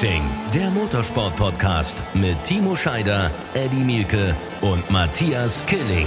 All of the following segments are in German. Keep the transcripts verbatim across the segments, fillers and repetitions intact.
Racing, der Motorsport-Podcast mit Timo Scheider, Eddie Mielke und Matthias Killing.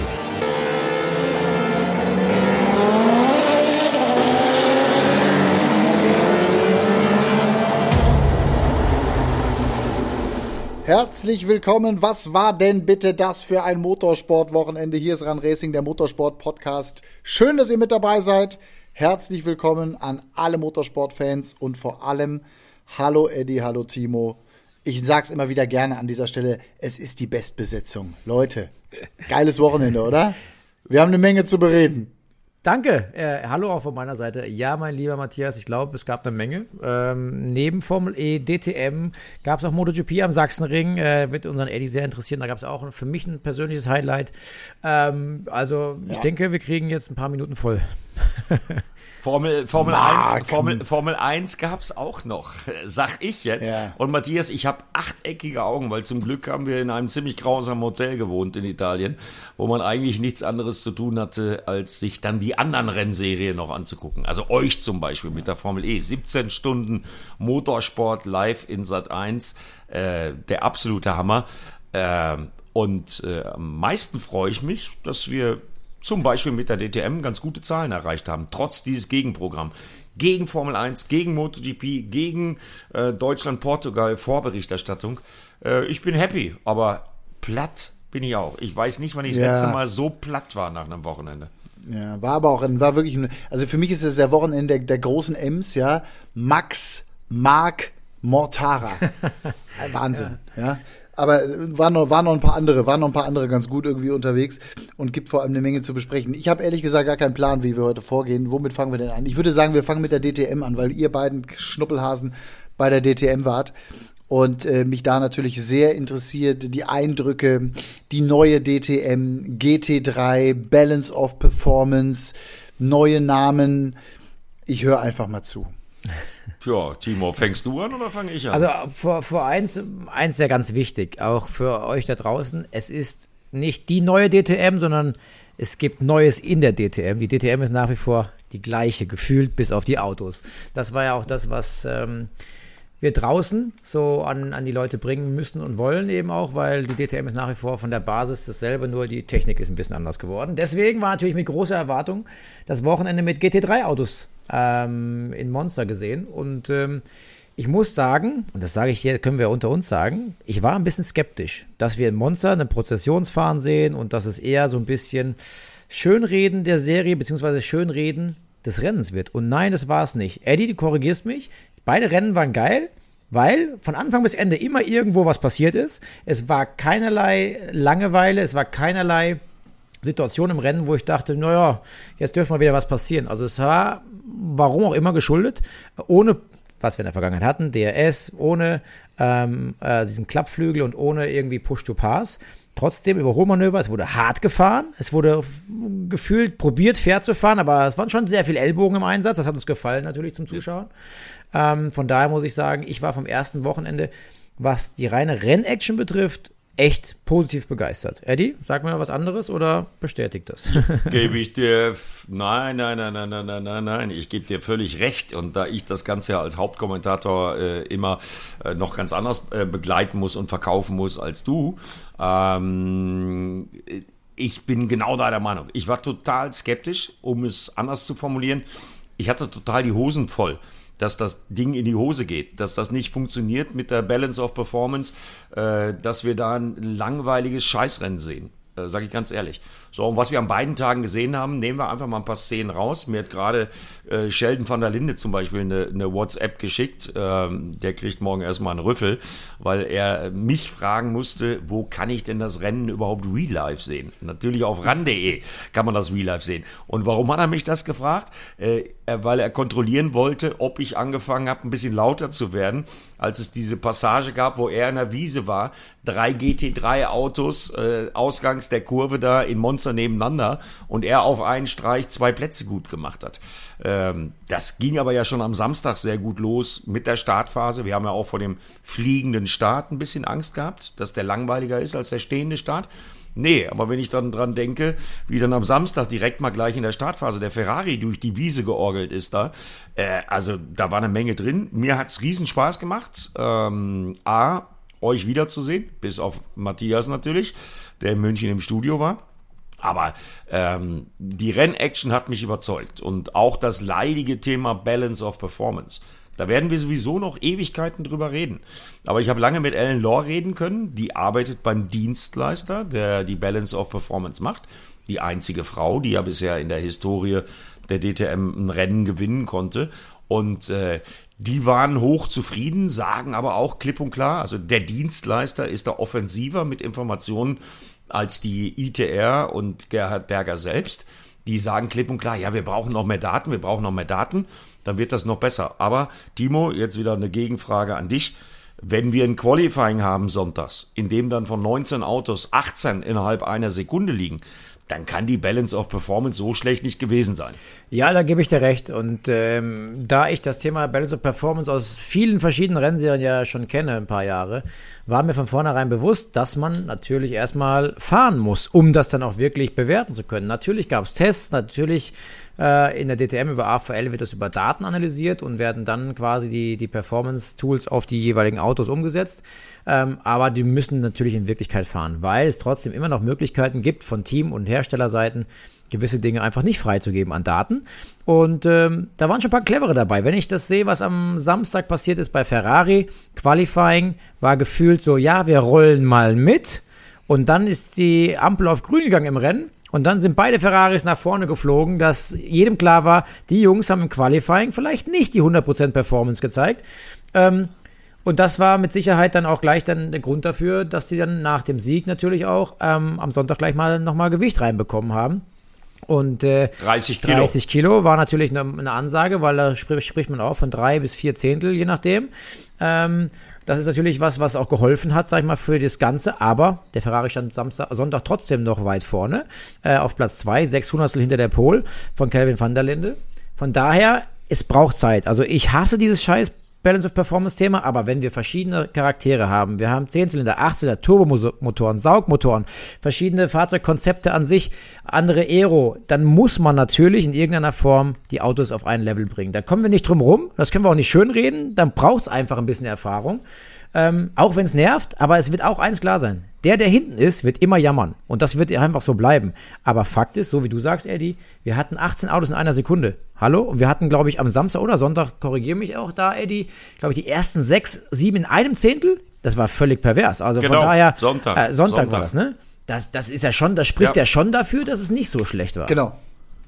Herzlich willkommen. Was war denn bitte das für ein Motorsport-Wochenende? Hier ist Run Racing, der Motorsport-Podcast. Schön, dass ihr mit dabei seid. Herzlich willkommen an alle Motorsport-Fans und vor allem hallo Eddie, hallo Timo. Ich sag's immer wieder gerne an dieser Stelle, es ist die Bestbesetzung. Leute, geiles Wochenende, oder? Wir haben eine Menge zu bereden. Danke, äh, hallo auch von meiner Seite. Ja, mein lieber Matthias, ich glaube, es gab eine Menge. Ähm, neben Formel E, D T M gab es auch MotoGP am Sachsenring. Äh, wird unseren Eddie sehr interessieren. Da gab es auch für mich ein persönliches Highlight. Ähm, also ich ja. denke, wir kriegen jetzt ein paar Minuten voll. Formel, Formel eins, Formel, Formel eins gab's auch noch, sag ich jetzt. Ja. Und Matthias, ich habe achteckige Augen, weil zum Glück haben wir in einem ziemlich grausamen Hotel gewohnt in Italien, wo man eigentlich nichts anderes zu tun hatte, als sich dann die anderen Rennserien noch anzugucken. Also euch zum Beispiel mit der Formel E. siebzehn Stunden Motorsport live in Sat eins, äh, der absolute Hammer. Äh, und äh, am meisten freue ich mich, dass wir zum Beispiel mit der D T M ganz gute Zahlen erreicht haben, trotz dieses Gegenprogramm. Gegen Formel eins, gegen MotoGP, gegen äh, Deutschland-Portugal, Vorberichterstattung. Äh, ich bin happy, aber platt bin ich auch. Ich weiß nicht, wann ich das ja. letzte Mal so platt war nach einem Wochenende. Ja, war aber auch, ein, war wirklich, ein, also für mich ist es der Wochenende der, der großen M's, ja. Max, Marc, Mortara. Wahnsinn, ja. ja. Aber waren noch, waren noch ein paar andere, waren noch ein paar andere ganz gut irgendwie unterwegs und gibt vor allem eine Menge zu besprechen. Ich habe ehrlich gesagt gar keinen Plan, wie wir heute vorgehen. Womit fangen wir denn an? Ich würde sagen, wir fangen mit der D T M an, weil ihr beiden Schnuppelhasen bei der D T M wart und äh, mich da natürlich sehr interessiert die Eindrücke, die neue D T M, G T drei, Balance of Performance, neue Namen. Ich höre einfach mal zu. Ja, Timo, fängst du an oder fange ich an? Also vor, vor eins, eins ja ganz wichtig, auch für euch da draußen, es ist nicht die neue D T M, sondern es gibt Neues in der D T M. Die D T M ist nach wie vor die gleiche, gefühlt bis auf die Autos. Das war ja auch das, was ähm, wir draußen so an, an die Leute bringen müssen und wollen eben auch, weil die D T M ist nach wie vor von der Basis dasselbe, nur die Technik ist ein bisschen anders geworden. Deswegen war natürlich mit großer Erwartung das Wochenende mit G T drei Autos ähm, in Monza gesehen und ähm, ich muss sagen, und das sage ich hier, können wir unter uns sagen, ich war ein bisschen skeptisch, dass wir in Monza eine Prozessionsfahren sehen und dass es eher so ein bisschen Schönreden der Serie beziehungsweise Schönreden des Rennens wird. Und nein, das war es nicht. Eddie, du korrigierst mich. Beide Rennen waren geil, weil von Anfang bis Ende immer irgendwo was passiert ist. Es war keinerlei Langeweile, es war keinerlei Situation im Rennen, wo ich dachte, naja, jetzt dürfte mal wieder was passieren. Also es war, warum auch immer, geschuldet, ohne, was wir in der Vergangenheit hatten, D R S, ohne ähm, äh, diesen Klappflügel und ohne irgendwie Push-to-Pass. Trotzdem Überholmanöver, es wurde hart gefahren, es wurde gefühlt probiert, fair zu fahren, aber es waren schon sehr viel Ellbogen im Einsatz, das hat uns gefallen natürlich zum Zuschauen. Ähm, von daher muss ich sagen, ich war vom ersten Wochenende, was die reine Rennaction betrifft, echt positiv begeistert. Eddie, sag mir was anderes oder bestätigt das? Gebe ich dir, nein, nein, nein, nein, nein, nein, nein, nein, ich gebe dir völlig recht und da ich das Ganze ja als Hauptkommentator äh, immer äh, noch ganz anders äh, begleiten muss und verkaufen muss als du, ähm, ich bin genau deiner Meinung. Ich war total skeptisch, um es anders zu formulieren. Ich hatte total die Hosen voll, dass das Ding in die Hose geht, dass das nicht funktioniert mit der Balance of Performance, äh, dass wir da ein langweiliges Scheißrennen sehen, äh, sage ich ganz ehrlich. So, und was wir an beiden Tagen gesehen haben, nehmen wir einfach mal ein paar Szenen raus. Mir hat gerade äh, Sheldon van der Linde zum Beispiel eine, eine WhatsApp geschickt, ähm, der kriegt morgen erstmal einen Rüffel, weil er mich fragen musste, wo kann ich denn das Rennen überhaupt real life sehen? Natürlich auf ran punkt de kann man das real life sehen. Und warum hat er mich das gefragt? Äh, weil er kontrollieren wollte, ob ich angefangen habe, ein bisschen lauter zu werden, als es diese Passage gab, wo er in der Wiese war, drei G T drei Autos, äh, abseits der Kurve da in Monza nebeneinander und er auf einen Streich zwei Plätze gut gemacht hat. Ähm, das ging aber ja schon am Samstag sehr gut los mit der Startphase. Wir haben ja auch vor dem fliegenden Start ein bisschen Angst gehabt, dass der langweiliger ist als der stehende Start. Nee, aber wenn ich dann dran denke, wie dann am Samstag direkt mal gleich in der Startphase der Ferrari durch die Wiese georgelt ist da, äh, also da war eine Menge drin. Mir hat's riesen Spaß gemacht, ähm, A, euch wiederzusehen, bis auf Matthias natürlich, der in München im Studio war. Aber ähm, die Rennaction hat mich überzeugt und auch das leidige Thema Balance of Performance. Da werden wir sowieso noch Ewigkeiten drüber reden. Aber ich habe lange mit Ellen Law reden können. Die arbeitet beim Dienstleister, der die Balance of Performance macht. Die einzige Frau, die ja bisher in der Historie der D T M ein Rennen gewinnen konnte. Und äh, die waren hoch zufrieden, sagen aber auch klipp und klar, also der Dienstleister ist da offensiver mit Informationen als die I T R und Gerhard Berger selbst. Die sagen klipp und klar, ja, wir brauchen noch mehr Daten, wir brauchen noch mehr Daten, dann wird das noch besser. Aber Timo, jetzt wieder eine Gegenfrage an dich. Wenn wir ein Qualifying haben sonntags, in dem dann von neunzehn Autos achtzehn innerhalb einer Sekunde liegen, dann kann die Balance of Performance so schlecht nicht gewesen sein. Ja, da gebe ich dir recht. Und ähm, da ich das Thema Balance of Performance aus vielen verschiedenen Rennserien ja schon kenne, ein paar Jahre, war mir von vornherein bewusst, dass man natürlich erstmal fahren muss, um das dann auch wirklich bewerten zu können. Natürlich gab es Tests, natürlich äh, in der D T M über A V L wird das über Daten analysiert und werden dann quasi die, die Performance-Tools auf die jeweiligen Autos umgesetzt. Ähm, aber die müssen natürlich in Wirklichkeit fahren, weil es trotzdem immer noch Möglichkeiten gibt, von Team- und Herstellerseiten gewisse Dinge einfach nicht freizugeben an Daten. Und ähm, da waren schon ein paar clevere dabei. Wenn ich das sehe, was am Samstag passiert ist bei Ferrari, Qualifying war gefühlt so, ja, wir rollen mal mit. Und dann ist die Ampel auf grün gegangen im Rennen. Und dann sind beide Ferraris nach vorne geflogen, dass jedem klar war, die Jungs haben im Qualifying vielleicht nicht die hundert Prozent Performance gezeigt. Ähm, Und das war mit Sicherheit dann auch gleich dann der Grund dafür, dass sie dann nach dem Sieg natürlich auch ähm, am Sonntag gleich mal nochmal Gewicht reinbekommen haben. Und äh, dreißig Kilo. dreißig Kilo war natürlich eine, eine Ansage, weil da spricht, spricht man auch von drei bis vier Zehntel, je nachdem. Ähm, das ist natürlich was, was auch geholfen hat, sag ich mal, für das Ganze. Aber der Ferrari stand Samstag, Sonntag trotzdem noch weit vorne, äh, auf Platz zwei, sechs Hundertstel hinter der Pole von Kelvin van der Linde. Von daher, es braucht Zeit. Also ich hasse dieses scheiß Balance of Performance Thema, aber wenn wir verschiedene Charaktere haben, wir haben Zehnzylinder, Achtzylinder, Turbomotoren, Saugmotoren, verschiedene Fahrzeugkonzepte an sich, andere Aero, dann muss man natürlich in irgendeiner Form die Autos auf ein Level bringen. Da kommen wir nicht drum rum, das können wir auch nicht schönreden, dann braucht es einfach ein bisschen Erfahrung. Ähm, auch wenn es nervt, aber es wird auch eins klar sein. Der, der hinten ist, wird immer jammern. Und das wird einfach so bleiben. Aber Fakt ist, so wie du sagst, Eddie, wir hatten achtzehn Autos in einer Sekunde. Hallo? Und wir hatten, glaube ich, am Samstag oder Sonntag, korrigiere mich auch da, Eddie, glaube ich, die ersten sechs, sieben in einem Zehntel. Das war völlig pervers. Also genau, von daher, Sonntag, äh, Sonntag, Sonntag war das, ne? Das, das ist ja schon, das spricht ja. ja schon dafür, dass es nicht so schlecht war. Genau.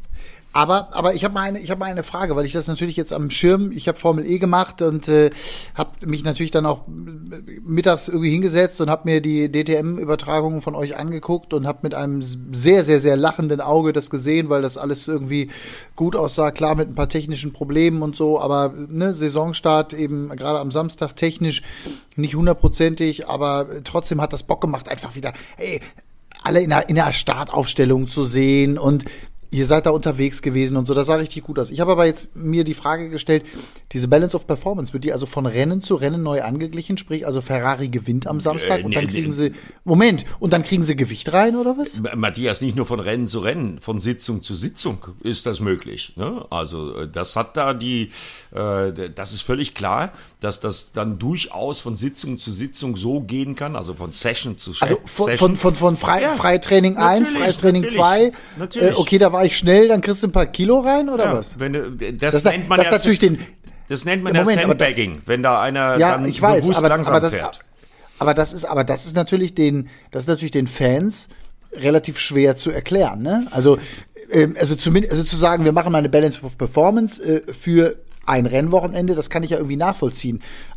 Aber, aber ich habe mal eine, ich habe mal eine Frage, weil ich das natürlich jetzt am Schirm, ich habe Formel E gemacht und äh, habe mich natürlich dann auch mittags irgendwie hingesetzt und habe mir die D T M-Übertragungen von euch angeguckt und habe mit einem sehr, sehr, sehr lachenden Auge das gesehen, weil das alles irgendwie gut aussah, klar mit ein paar technischen Problemen und so, aber ne, Saisonstart eben gerade am Samstag technisch nicht hundertprozentig, aber trotzdem hat das Bock gemacht, einfach wieder ey, alle in der, in der Startaufstellung zu sehen und ihr seid da unterwegs gewesen und so, das sah richtig gut aus. Ich habe aber jetzt mir die Frage gestellt, diese Balance of Performance, wird die also von Rennen zu Rennen neu angeglichen? Sprich, also Ferrari gewinnt am Samstag und dann kriegen sie, Moment, und dann kriegen sie Gewicht rein, oder was? Matthias, nicht nur von Rennen zu Rennen, von Sitzung zu Sitzung ist das möglich. Ne? Also das hat da die, äh, das ist völlig klar, dass das dann durchaus von Sitzung zu Sitzung so gehen kann, also von Session zu Session. Also von, Session. von, von, von Fre- ja, Freitraining eins, Freitraining zwei, äh, okay, da war ich schnell, dann kriegst du ein paar Kilo rein, oder ja, was? Wenn du, das, das nennt man das ja natürlich den, das nennt man ja Moment, Sandbagging, das, wenn da einer ja, dann ich weiß, bewusst aber, langsam aber das, fährt. Aber das ist, aber das ist natürlich den, das ist natürlich den Fans relativ schwer zu erklären, ne? Also, ähm, also zumindest, also zu sagen, wir machen mal eine Balance of Performance äh, für ein Rennwochenende, das kann ich ja irgendwie nachvollziehen.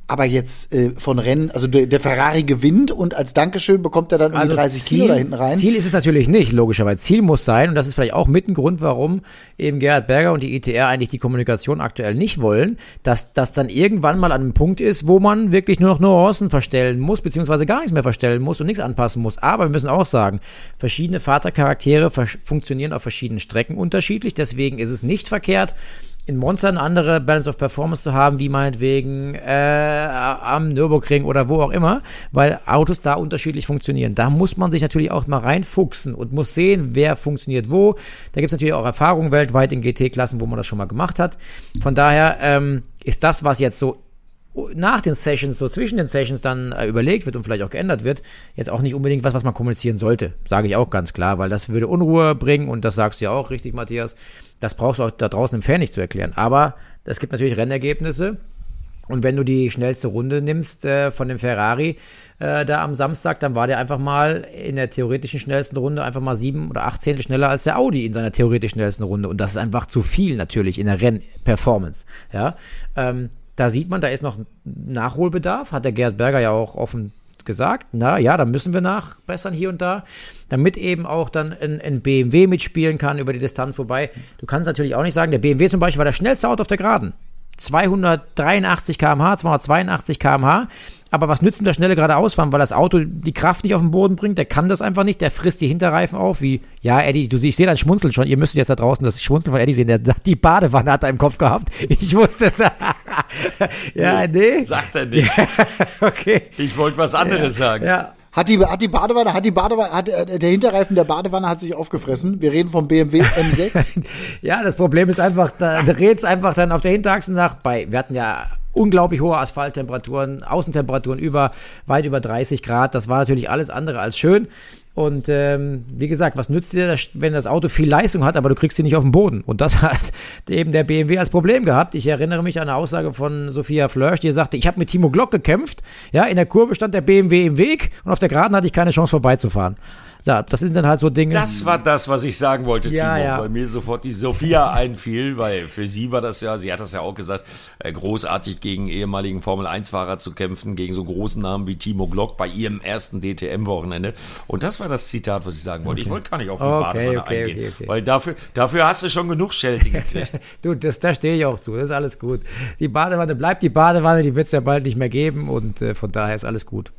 Aber jetzt äh, von Rennen, also der, der Ferrari gewinnt und als Dankeschön bekommt er dann irgendwie Also dreißig Ziel, Kilo da hinten rein. Ziel ist es natürlich nicht, logischerweise. Ziel muss sein, und das ist vielleicht auch mit ein Grund, warum eben Gerhard Berger und die I T R eigentlich die Kommunikation aktuell nicht wollen, dass das dann irgendwann mal an einem Punkt ist, wo man wirklich nur noch Nuancen verstellen muss, beziehungsweise gar nichts mehr verstellen muss und nichts anpassen muss. Aber wir müssen auch sagen, verschiedene Fahrzeugcharaktere vers- funktionieren auf verschiedenen Strecken unterschiedlich. Deswegen ist es nicht verkehrt, in Monza eine andere Balance of Performance zu haben, wie meinetwegen äh, am Nürburgring oder wo auch immer, weil Autos da unterschiedlich funktionieren. Da muss man sich natürlich auch mal reinfuchsen und muss sehen, wer funktioniert wo. Da gibt es natürlich auch Erfahrungen weltweit in G T-Klassen, wo man das schon mal gemacht hat. Von daher ähm, ist das, was jetzt so nach den Sessions, so zwischen den Sessions dann äh, überlegt wird und vielleicht auch geändert wird, jetzt auch nicht unbedingt was, was man kommunizieren sollte. Sage ich auch ganz klar, weil das würde Unruhe bringen und das sagst du ja auch richtig, Matthias. Das brauchst du auch da draußen im Fan nicht zu erklären. Aber es gibt natürlich Rennergebnisse und wenn du die schnellste Runde nimmst äh, von dem Ferrari äh, da am Samstag, dann war der einfach mal in der theoretischen schnellsten Runde einfach mal sieben oder acht Zehntel schneller als der Audi in seiner theoretisch schnellsten Runde und das ist einfach zu viel natürlich in der Rennperformance. Ja, ähm, Da sieht man, da ist noch Nachholbedarf, hat der Gerhard Berger ja auch offen gesagt. Na ja, da müssen wir nachbessern hier und da, damit eben auch dann ein, ein B M W mitspielen kann über die Distanz. Wobei, du kannst natürlich auch nicht sagen, der B M W zum Beispiel war der schnellste Auto auf der Geraden. zweihundertdreiundachtzig Kilometer pro Stunde, zweihundertzweiundachtzig Kilometer pro Stunde. Aber was nützt denn der schnelle geradeausfahren, weil das Auto die Kraft nicht auf den Boden bringt? Der kann das einfach nicht. Der frisst die Hinterreifen auf. Wie, ja, Eddie, du, ich sehe dein Schmunzeln schon. Ihr müsst jetzt da draußen das Schmunzeln von Eddie sehen. Der sagt, die Badewanne hat er im Kopf gehabt. Ich wusste es. Ja, nee. Sagt er nicht. Okay. Ich wollte was anderes ja. sagen. Ja. Hat die, hat die Badewanne, hat die Badewanne, hat, äh, der Hinterreifen der Badewanne hat sich aufgefressen. Wir reden vom B M W M sechs. Ja, das Problem ist einfach, da dreht es einfach dann auf der Hinterachse nach bei, wir hatten ja unglaublich hohe Asphalttemperaturen, Außentemperaturen über, weit über dreißig Grad. Das war natürlich alles andere als schön. Und ähm, wie gesagt, was nützt dir, wenn das Auto viel Leistung hat, aber du kriegst sie nicht auf den Boden? Und das hat eben der B M W als Problem gehabt. Ich erinnere mich an eine Aussage von Sophia Flörsch, die sagte, ich habe mit Timo Glock gekämpft. Ja, in der Kurve stand der B M W im Weg und auf der Geraden hatte ich keine Chance vorbeizufahren. Ja, das sind dann halt so Dinge. Das war das, was ich sagen wollte, ja, Timo, ja. weil mir sofort die Sophia einfiel, weil für sie war das ja, sie hat das ja auch gesagt, großartig gegen ehemaligen Formel eins Fahrer zu kämpfen, gegen so großen Namen wie Timo Glock bei ihrem ersten D T M-Wochenende. Und das war das Zitat, was ich sagen wollte. Okay. Ich wollte gar nicht auf die okay, Badewanne okay, eingehen, okay, okay. weil dafür, dafür hast du schon genug Schelte gekriegt. Du, das, da stehe ich auch zu, das ist alles gut. Die Badewanne bleibt die Badewanne, die wird es ja bald nicht mehr geben und äh, von daher ist alles gut.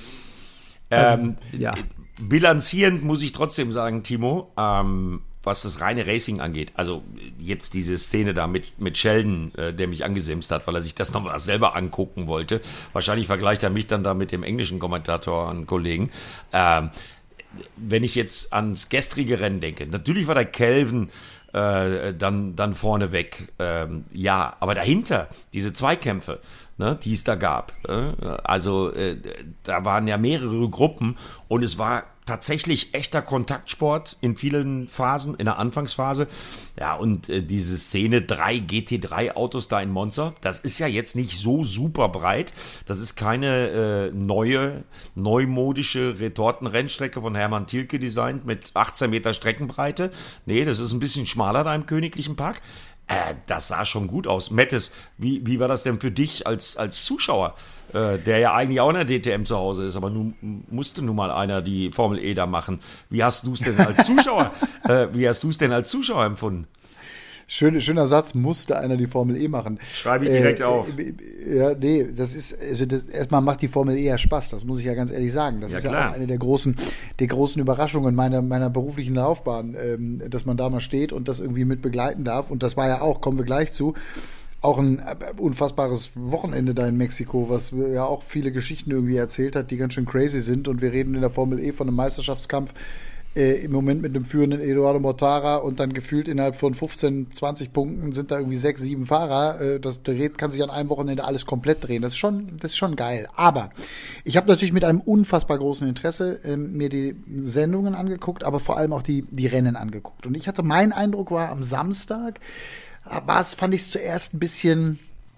Ähm, ähm, ja. Bilanzierend muss ich trotzdem sagen, Timo, ähm, was das reine Racing angeht, also jetzt diese Szene da mit, mit Sheldon, äh, der mich angesimst hat, weil er sich das nochmal selber angucken wollte. Wahrscheinlich vergleicht er mich dann da mit dem englischen Kommentator und Kollegen. Ähm, wenn ich jetzt ans gestrige Rennen denke, natürlich war der Kelvin äh, dann, dann vorne weg. Ähm, ja, aber dahinter, diese Zweikämpfe, ne, die es da gab. Äh, also äh, da waren ja mehrere Gruppen und es war tatsächlich echter Kontaktsport in vielen Phasen, in der Anfangsphase. Ja, und äh, diese Szene, drei G T drei Autos da in Monza, das ist ja jetzt nicht so super breit. Das ist keine äh, neue, neumodische Retortenrennstrecke von Hermann Tilke designt mit achtzehn Meter Streckenbreite. Nee, das ist ein bisschen schmaler da im Königlichen Park. Äh, das sah schon gut aus. Mettes, wie, wie war das denn für dich als, als Zuschauer, äh, der ja eigentlich auch in der D T M zu Hause ist, aber nun musste nun mal einer die Formel E da machen. Wie hast du es denn als Zuschauer, äh, wie hast du es denn als Zuschauer empfunden? Schön, schöner Satz, musste einer die Formel E machen. Schreibe ich direkt äh, auf. Äh, ja, nee, das ist, also das, erstmal macht die Formel E ja Spaß, das muss ich ja ganz ehrlich sagen. Das ja, ist klar. ja auch eine der großen, der großen Überraschungen meiner, meiner beruflichen Laufbahn, ähm, dass man da mal steht und das irgendwie mit begleiten darf. Und das war ja auch, kommen wir gleich zu, auch ein unfassbares Wochenende da in Mexiko, was ja auch viele Geschichten irgendwie erzählt hat, die ganz schön crazy sind. Und wir reden in der Formel E von einem Meisterschaftskampf, Äh, im Moment mit dem führenden Eduardo Mortara und dann gefühlt innerhalb von fünfzehn, zwanzig Punkten sind da irgendwie sechs, sieben Fahrer. Äh, das dreht, kann sich an einem Wochenende alles komplett drehen. Das ist schon, das ist schon geil. Aber ich habe natürlich mit einem unfassbar großen Interesse äh, mir die Sendungen angeguckt, aber vor allem auch die, die Rennen angeguckt. Und ich hatte, mein Eindruck war am Samstag, war es, fand ich es zuerst ein bisschen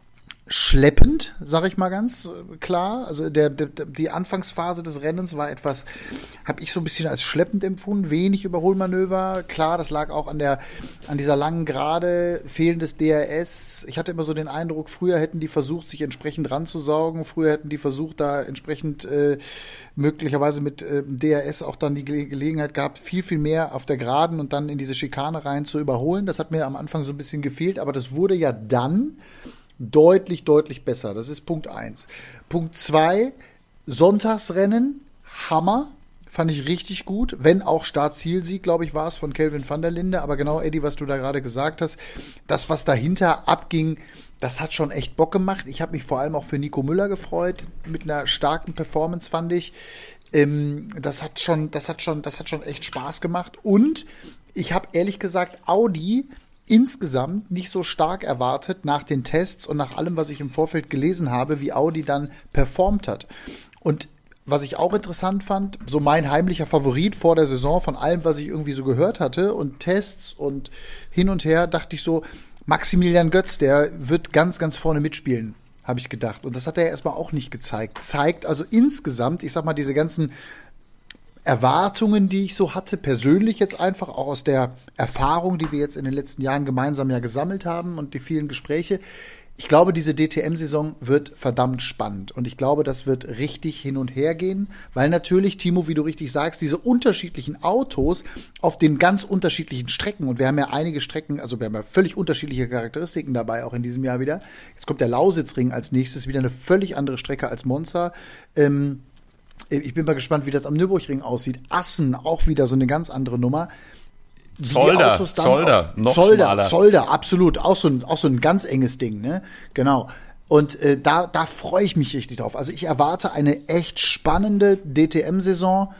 schleppend, sage ich mal ganz klar. Also der, der, die Anfangsphase des Rennens war etwas, habe ich so ein bisschen als schleppend empfunden, wenig Überholmanöver. Klar, das lag auch an der an dieser langen Gerade, fehlendes D R S. Ich hatte immer so den Eindruck, früher hätten die versucht, sich entsprechend ranzusaugen. Früher hätten die versucht, da entsprechend äh, möglicherweise mit äh, D R S auch dann die Ge- Gelegenheit gehabt, viel, viel mehr auf der Geraden und dann in diese Schikane rein zu überholen. Das hat mir am Anfang so ein bisschen gefehlt, aber das wurde ja dann deutlich, deutlich besser. Das ist Punkt eins. Punkt zwei, Sonntagsrennen, Hammer, fand ich richtig gut, wenn auch Start-Ziel-Sieg, glaube ich, war es von Kelvin van der Linde, aber genau, Eddie, was du da gerade gesagt hast, das, was dahinter abging, das hat schon echt Bock gemacht. Ich habe mich vor allem auch für Nico Müller gefreut, mit einer starken Performance, fand ich. Ähm, das hat schon, das hat schon, das hat schon echt Spaß gemacht und ich habe ehrlich gesagt Audi insgesamt nicht so stark erwartet nach den Tests und nach allem, was ich im Vorfeld gelesen habe, wie Audi dann performt hat. Und was ich auch interessant fand, so mein heimlicher Favorit vor der Saison von allem, was ich irgendwie so gehört hatte und Tests und hin und her, dachte ich so, Maximilian Götz, der wird ganz, ganz vorne mitspielen, habe ich gedacht. Und das hat er erstmal auch nicht gezeigt. Zeigt also insgesamt, ich sag mal, diese ganzen Erwartungen, die ich so hatte, persönlich jetzt einfach, auch aus der Erfahrung, die wir jetzt in den letzten Jahren gemeinsam ja gesammelt haben und die vielen Gespräche. Ich glaube, diese D T M-Saison wird verdammt spannend und ich glaube, das wird richtig hin und her gehen, weil natürlich, Timo, wie du richtig sagst, diese unterschiedlichen Autos auf den ganz unterschiedlichen Strecken und wir haben ja einige Strecken, also wir haben ja völlig unterschiedliche Charakteristiken dabei, auch in diesem Jahr wieder. Jetzt kommt der Lausitzring als nächstes, wieder eine völlig andere Strecke als Monza. Ähm, Ich bin mal gespannt, wie das am Nürburgring aussieht. Assen, auch wieder so eine ganz andere Nummer. Die Zolder, Autos dann Zolder, auch, noch Zolder, schmaler. Zolder, absolut. Auch so ein, auch so ein ganz enges Ding, ne? Genau. Und äh, da, da freue ich mich richtig drauf. Also ich erwarte eine echt spannende D T M-Saison.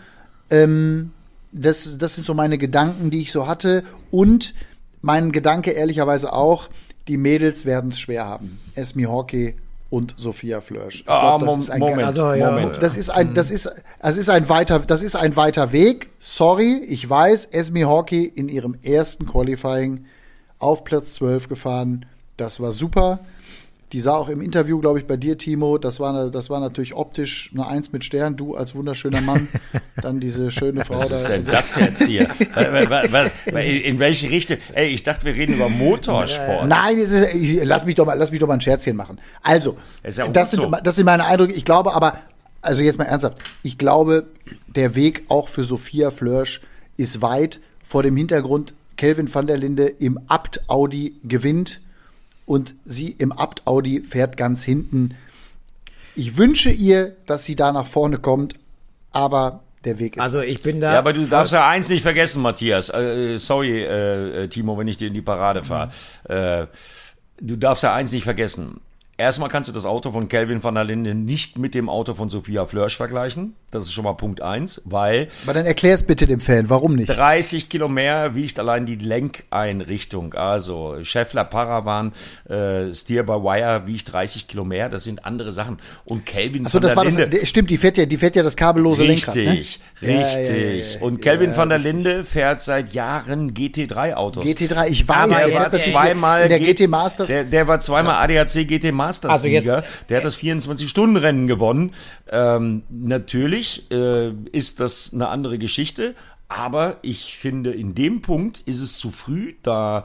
Ähm, das, das sind so meine Gedanken, die ich so hatte. Und mein Gedanke ehrlicherweise auch, die Mädels werden es schwer haben. Esme Hawkey und Sophia Flörsch. Ich Ah, glaub, das Mom- ist ein Moment, ganz- Also, ja, Moment. das ist ein, das ist, das ist ein weiter, das ist ein weiter Weg. Sorry, ich weiß, Esme Hawkey in ihrem ersten Qualifying auf Platz zwölf gefahren. Das war super. Die sah auch im Interview, glaube ich, bei dir, Timo, das war, eine, das war natürlich optisch eine Eins mit Stern, du als wunderschöner Mann, dann diese schöne Frau Was da. ist denn das jetzt hier? Was- was- was- In welche Richtung? Ey, ich dachte, wir reden über Motorsport. Nein, es ist, ich, lass mich doch mal, lass mich doch mal ein Scherzchen machen. Also, Ist ja das, gut sind, so. das sind meine Eindrücke. Ich glaube aber, also jetzt mal ernsthaft, ich glaube, der Weg auch für Sophia Flörsch ist weit vor dem Hintergrund, Kelvin van der Linde im Abt Audi gewinnt und sie im Abt Audi fährt ganz hinten. Ich wünsche ihr, dass sie da nach vorne kommt, aber der Weg ist. Also ich bin da. Ja, aber du darfst ja eins nicht vergessen, Matthias. Äh, sorry, äh, Timo, wenn ich dir in die Parade fahre. Äh, du darfst ja eins nicht vergessen. Erstmal kannst du das Auto von Kelvin van der Linde nicht mit dem Auto von Sophia Flörsch vergleichen. Das ist schon mal Punkt eins, weil aber dann erklär's bitte dem Fan, warum nicht? dreißig Kilo mehr wiegt allein die Lenkeinrichtung. Also Scheffler Paravan, äh, Steer by Wire wiegt dreißig Kilo mehr. Das sind andere Sachen. Und Kelvin Achso, van das der war das, Linde... stimmt, die fährt ja, die fährt ja das kabellose Lenkrad, ne? Richtig, Ja, ja, ja, richtig. ja, ja. Und Kelvin Ja, van der richtig. Linde fährt seit Jahren G T drei Autos. G T drei, ich weiß, Aber der jetzt- war jetzt natürlich zweimal in der G- G T Masters. Der, der war zweimal A D A C G T Masters Also jetzt- Sieger. Der hat das vierundzwanzig-Stunden-Rennen gewonnen. Ähm, natürlich äh, ist das eine andere Geschichte, aber ich finde, in dem Punkt ist es zu früh, da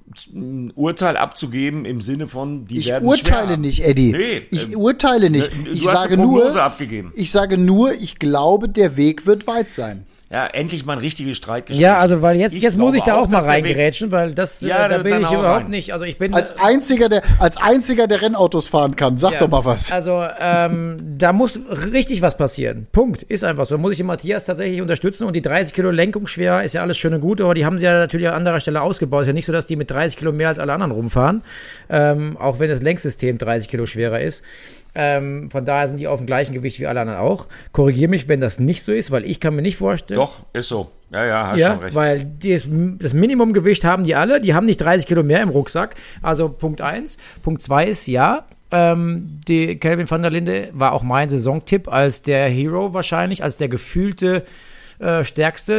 ein Urteil abzugeben im Sinne von, die Ich werden urteile schwer. nicht, Eddie. Nee, ich ähm, urteile nicht. du Ich hast sage eine Prognose nur, abgegeben. ich sage nur, ich glaube, der Weg wird weit sein. Ja, endlich mal ein richtiges Streitgespräch. Ja, also weil jetzt, Ich jetzt muss glaube ich da auch, mal dass der Weg- reingerätschen, weil das, Ja, äh, da bin dann ich hau überhaupt rein. nicht. Also ich bin Als einziger, der, als einziger, der Rennautos fahren kann. Sag Ja, doch mal was. Also ähm, da muss richtig was passieren. Punkt. Ist einfach so. Da muss ich den Matthias tatsächlich unterstützen und die dreißig Kilo Lenkung schwer ist ja alles schön und gut, aber die haben sie ja natürlich an anderer Stelle ausgebaut. Ist ja nicht so, dass die mit dreißig Kilo mehr als alle anderen rumfahren, ähm, auch wenn das Lenksystem dreißig Kilo schwerer ist. Ähm, von daher sind die auf dem gleichen Gewicht wie alle anderen auch. Korrigiere mich, wenn das nicht so ist, weil ich kann mir nicht vorstellen. Doch, ist so. Ja, ja, hast Ja, schon recht. weil das, das Minimumgewicht haben die alle. Die haben nicht dreißig Kilo mehr im Rucksack. Also Punkt eins. Punkt zwei ist, ja, ähm, die Kelvin van der Linde war auch mein Saisontipp als der Hero wahrscheinlich, als der gefühlte äh, Stärkste.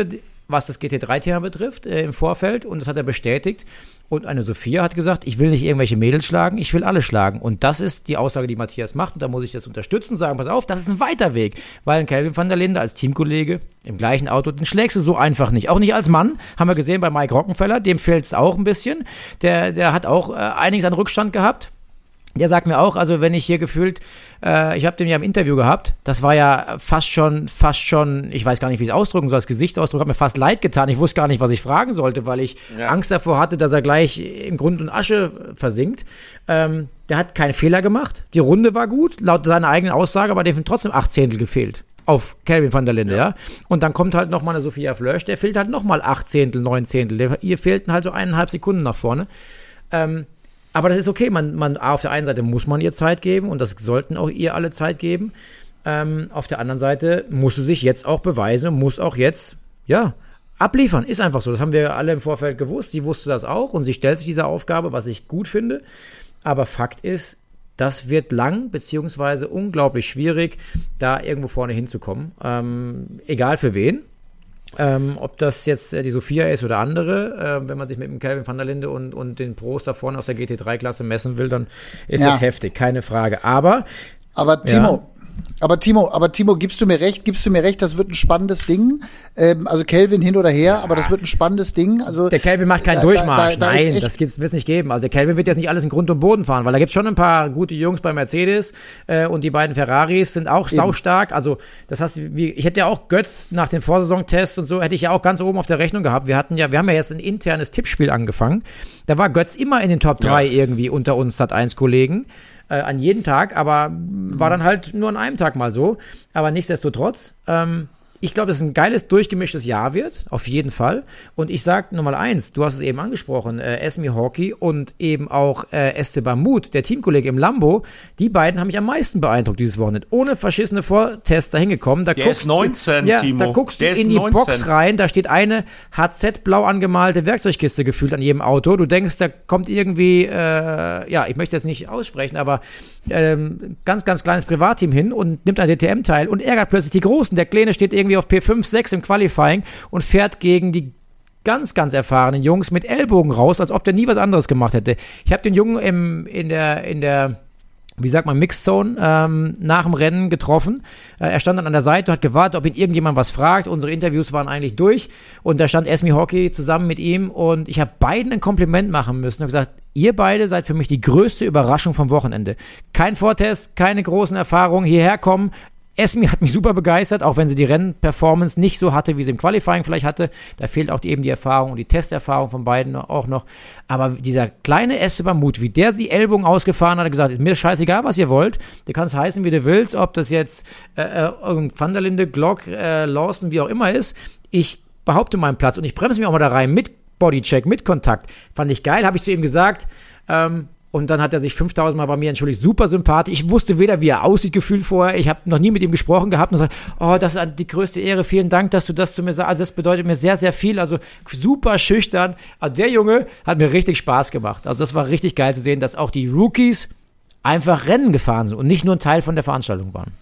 was das G T drei Thema betrifft, äh, im Vorfeld. Und das hat er bestätigt. Und eine Sophia hat gesagt, ich will nicht irgendwelche Mädels schlagen, ich will alle schlagen. Und das ist die Aussage, die Matthias macht. Und da muss ich das unterstützen, sagen, pass auf, das ist ein weiter Weg. Weil ein Kelvin van der Linde als Teamkollege im gleichen Auto, den schlägst du so einfach nicht. Auch nicht als Mann, haben wir gesehen bei Mike Rockenfeller, dem fehlt es auch ein bisschen. Der, der hat auch äh, einiges an Rückstand gehabt. Der sagt mir auch, also wenn ich hier gefühlt, äh, ich habe den ja im Interview gehabt, das war ja fast schon, fast schon, ich weiß gar nicht, wie ich es ausdrücken soll, das Gesichtsausdruck hat mir fast leid getan. Ich wusste gar nicht, was ich fragen sollte, weil ich ja. Angst davor hatte, dass er gleich im Grund und Asche versinkt. Ähm, der hat keinen Fehler gemacht, die Runde war gut, laut seiner eigenen Aussage, aber dem sind trotzdem acht Zehntel gefehlt. Auf Kelvin van der Linde, ja. ja. Und dann kommt halt nochmal eine Sophia Flörsch, der fehlt halt nochmal acht Zehntel, neun Zehntel. Der, ihr fehlten halt so eineinhalb Sekunden nach vorne. Ähm, Aber das ist okay, man, man, auf der einen Seite muss man ihr Zeit geben und das sollten auch ihr alle Zeit geben. Ähm, auf der anderen Seite muss sie sich jetzt auch beweisen und muss auch jetzt, ja, abliefern. Ist einfach so, das haben wir alle im Vorfeld gewusst. Sie wusste das auch und sie stellt sich diese Aufgabe, was ich gut finde. Aber Fakt ist, das wird lang beziehungsweise unglaublich schwierig, da irgendwo vorne hinzukommen. Ähm, egal für wen. Ähm, ob das jetzt äh, die Sophia ist oder andere, äh, wenn man sich mit dem Kelvin van der Linde und, und den Pros da vorne aus der G T drei Klasse messen will, dann ist ja. das heftig, keine Frage. Aber, aber Timo, ja. aber Timo, aber Timo, gibst du mir recht, gibst du mir recht, das wird ein spannendes Ding. Ähm, also Kelvin hin oder her, ja. aber das wird ein spannendes Ding. Also der Kelvin macht keinen da, Durchmarsch, da, da, da nein, das wird es nicht geben. Also der Kelvin wird jetzt nicht alles in Grund und Boden fahren, weil da gibt es schon ein paar gute Jungs bei Mercedes äh, und die beiden Ferraris sind auch Eben. saustark. Also das heißt, wie, ich hätte ja auch Götz nach den Vorsaisontests und so, hätte ich ja auch ganz oben auf der Rechnung gehabt. Wir hatten ja, wir haben ja jetzt ein internes Tippspiel angefangen. Da war Götz immer in den Top drei ja. irgendwie unter uns Sat eins Kollegen. Äh, an jedem Tag, aber war dann halt nur an einem Tag mal so. Aber nichtsdestotrotz, ähm, ich glaube, dass es ein geiles, durchgemischtes Jahr wird, auf jeden Fall. Und ich sage Nummer eins, du hast es eben angesprochen, äh, Esme Hawkey und eben auch äh, Esteban Muth, der Teamkollege im Lambo, die beiden haben mich am meisten beeindruckt dieses Wochenende. Ohne verschissene Vortests da hingekommen. Da der guckst ist neunzehn, du, ja, Timo. Da guckst der du in die neunzehn. Box rein, da steht eine H Z-blau angemalte Werkzeugkiste gefühlt an jedem Auto. Du denkst, da kommt irgendwie, äh, ja, ich möchte jetzt nicht aussprechen, aber ähm, ganz, ganz kleines Privatteam hin und nimmt ein D T M teil und ärgert plötzlich die Großen. Der Kleine steht irgendwie auf P fünf, sechs im Qualifying und fährt gegen die ganz, ganz erfahrenen Jungs mit Ellbogen raus, als ob der nie was anderes gemacht hätte. Ich habe den Jungen im, in der, in der, wie sagt man, Mixzone ähm, nach dem Rennen getroffen. Äh, er stand dann an der Seite und hat gewartet, ob ihn irgendjemand was fragt. Unsere Interviews waren eigentlich durch und da stand Esme Hawkey zusammen mit ihm und ich habe beiden ein Kompliment machen müssen und gesagt, ihr beide seid für mich die größte Überraschung vom Wochenende. Kein Vortest, keine großen Erfahrungen, hierher kommen. Esme hat mich super begeistert, auch wenn sie die Rennperformance nicht so hatte, wie sie im Qualifying vielleicht hatte. Da fehlt auch die, eben die Erfahrung und die Testerfahrung von beiden auch noch. Aber dieser kleine Esteban Muth, wie der die Ellbogen ausgefahren hat, hat gesagt, ist mir scheißegal, was ihr wollt. Du kannst heißen, wie du willst, ob das jetzt äh, äh, Van der Linde, Glock, äh, Lawson, wie auch immer ist. Ich behaupte meinen Platz und ich bremse mich auch mal da rein mit Bodycheck, mit Kontakt. Fand ich geil, habe ich zu ihm gesagt. Ähm, Und dann hat er sich fünftausend Mal bei mir entschuldigt, super sympathisch. Ich wusste weder, wie er aussieht, gefühlt vorher. Ich habe noch nie mit ihm gesprochen gehabt und gesagt, oh, das ist die größte Ehre, vielen Dank, dass du das zu mir sagst. Also das bedeutet mir sehr, sehr viel. Also super schüchtern. Also der Junge hat mir richtig Spaß gemacht. Also das war richtig geil zu sehen, dass auch die Rookies einfach Rennen gefahren sind und nicht nur ein Teil von der Veranstaltung waren.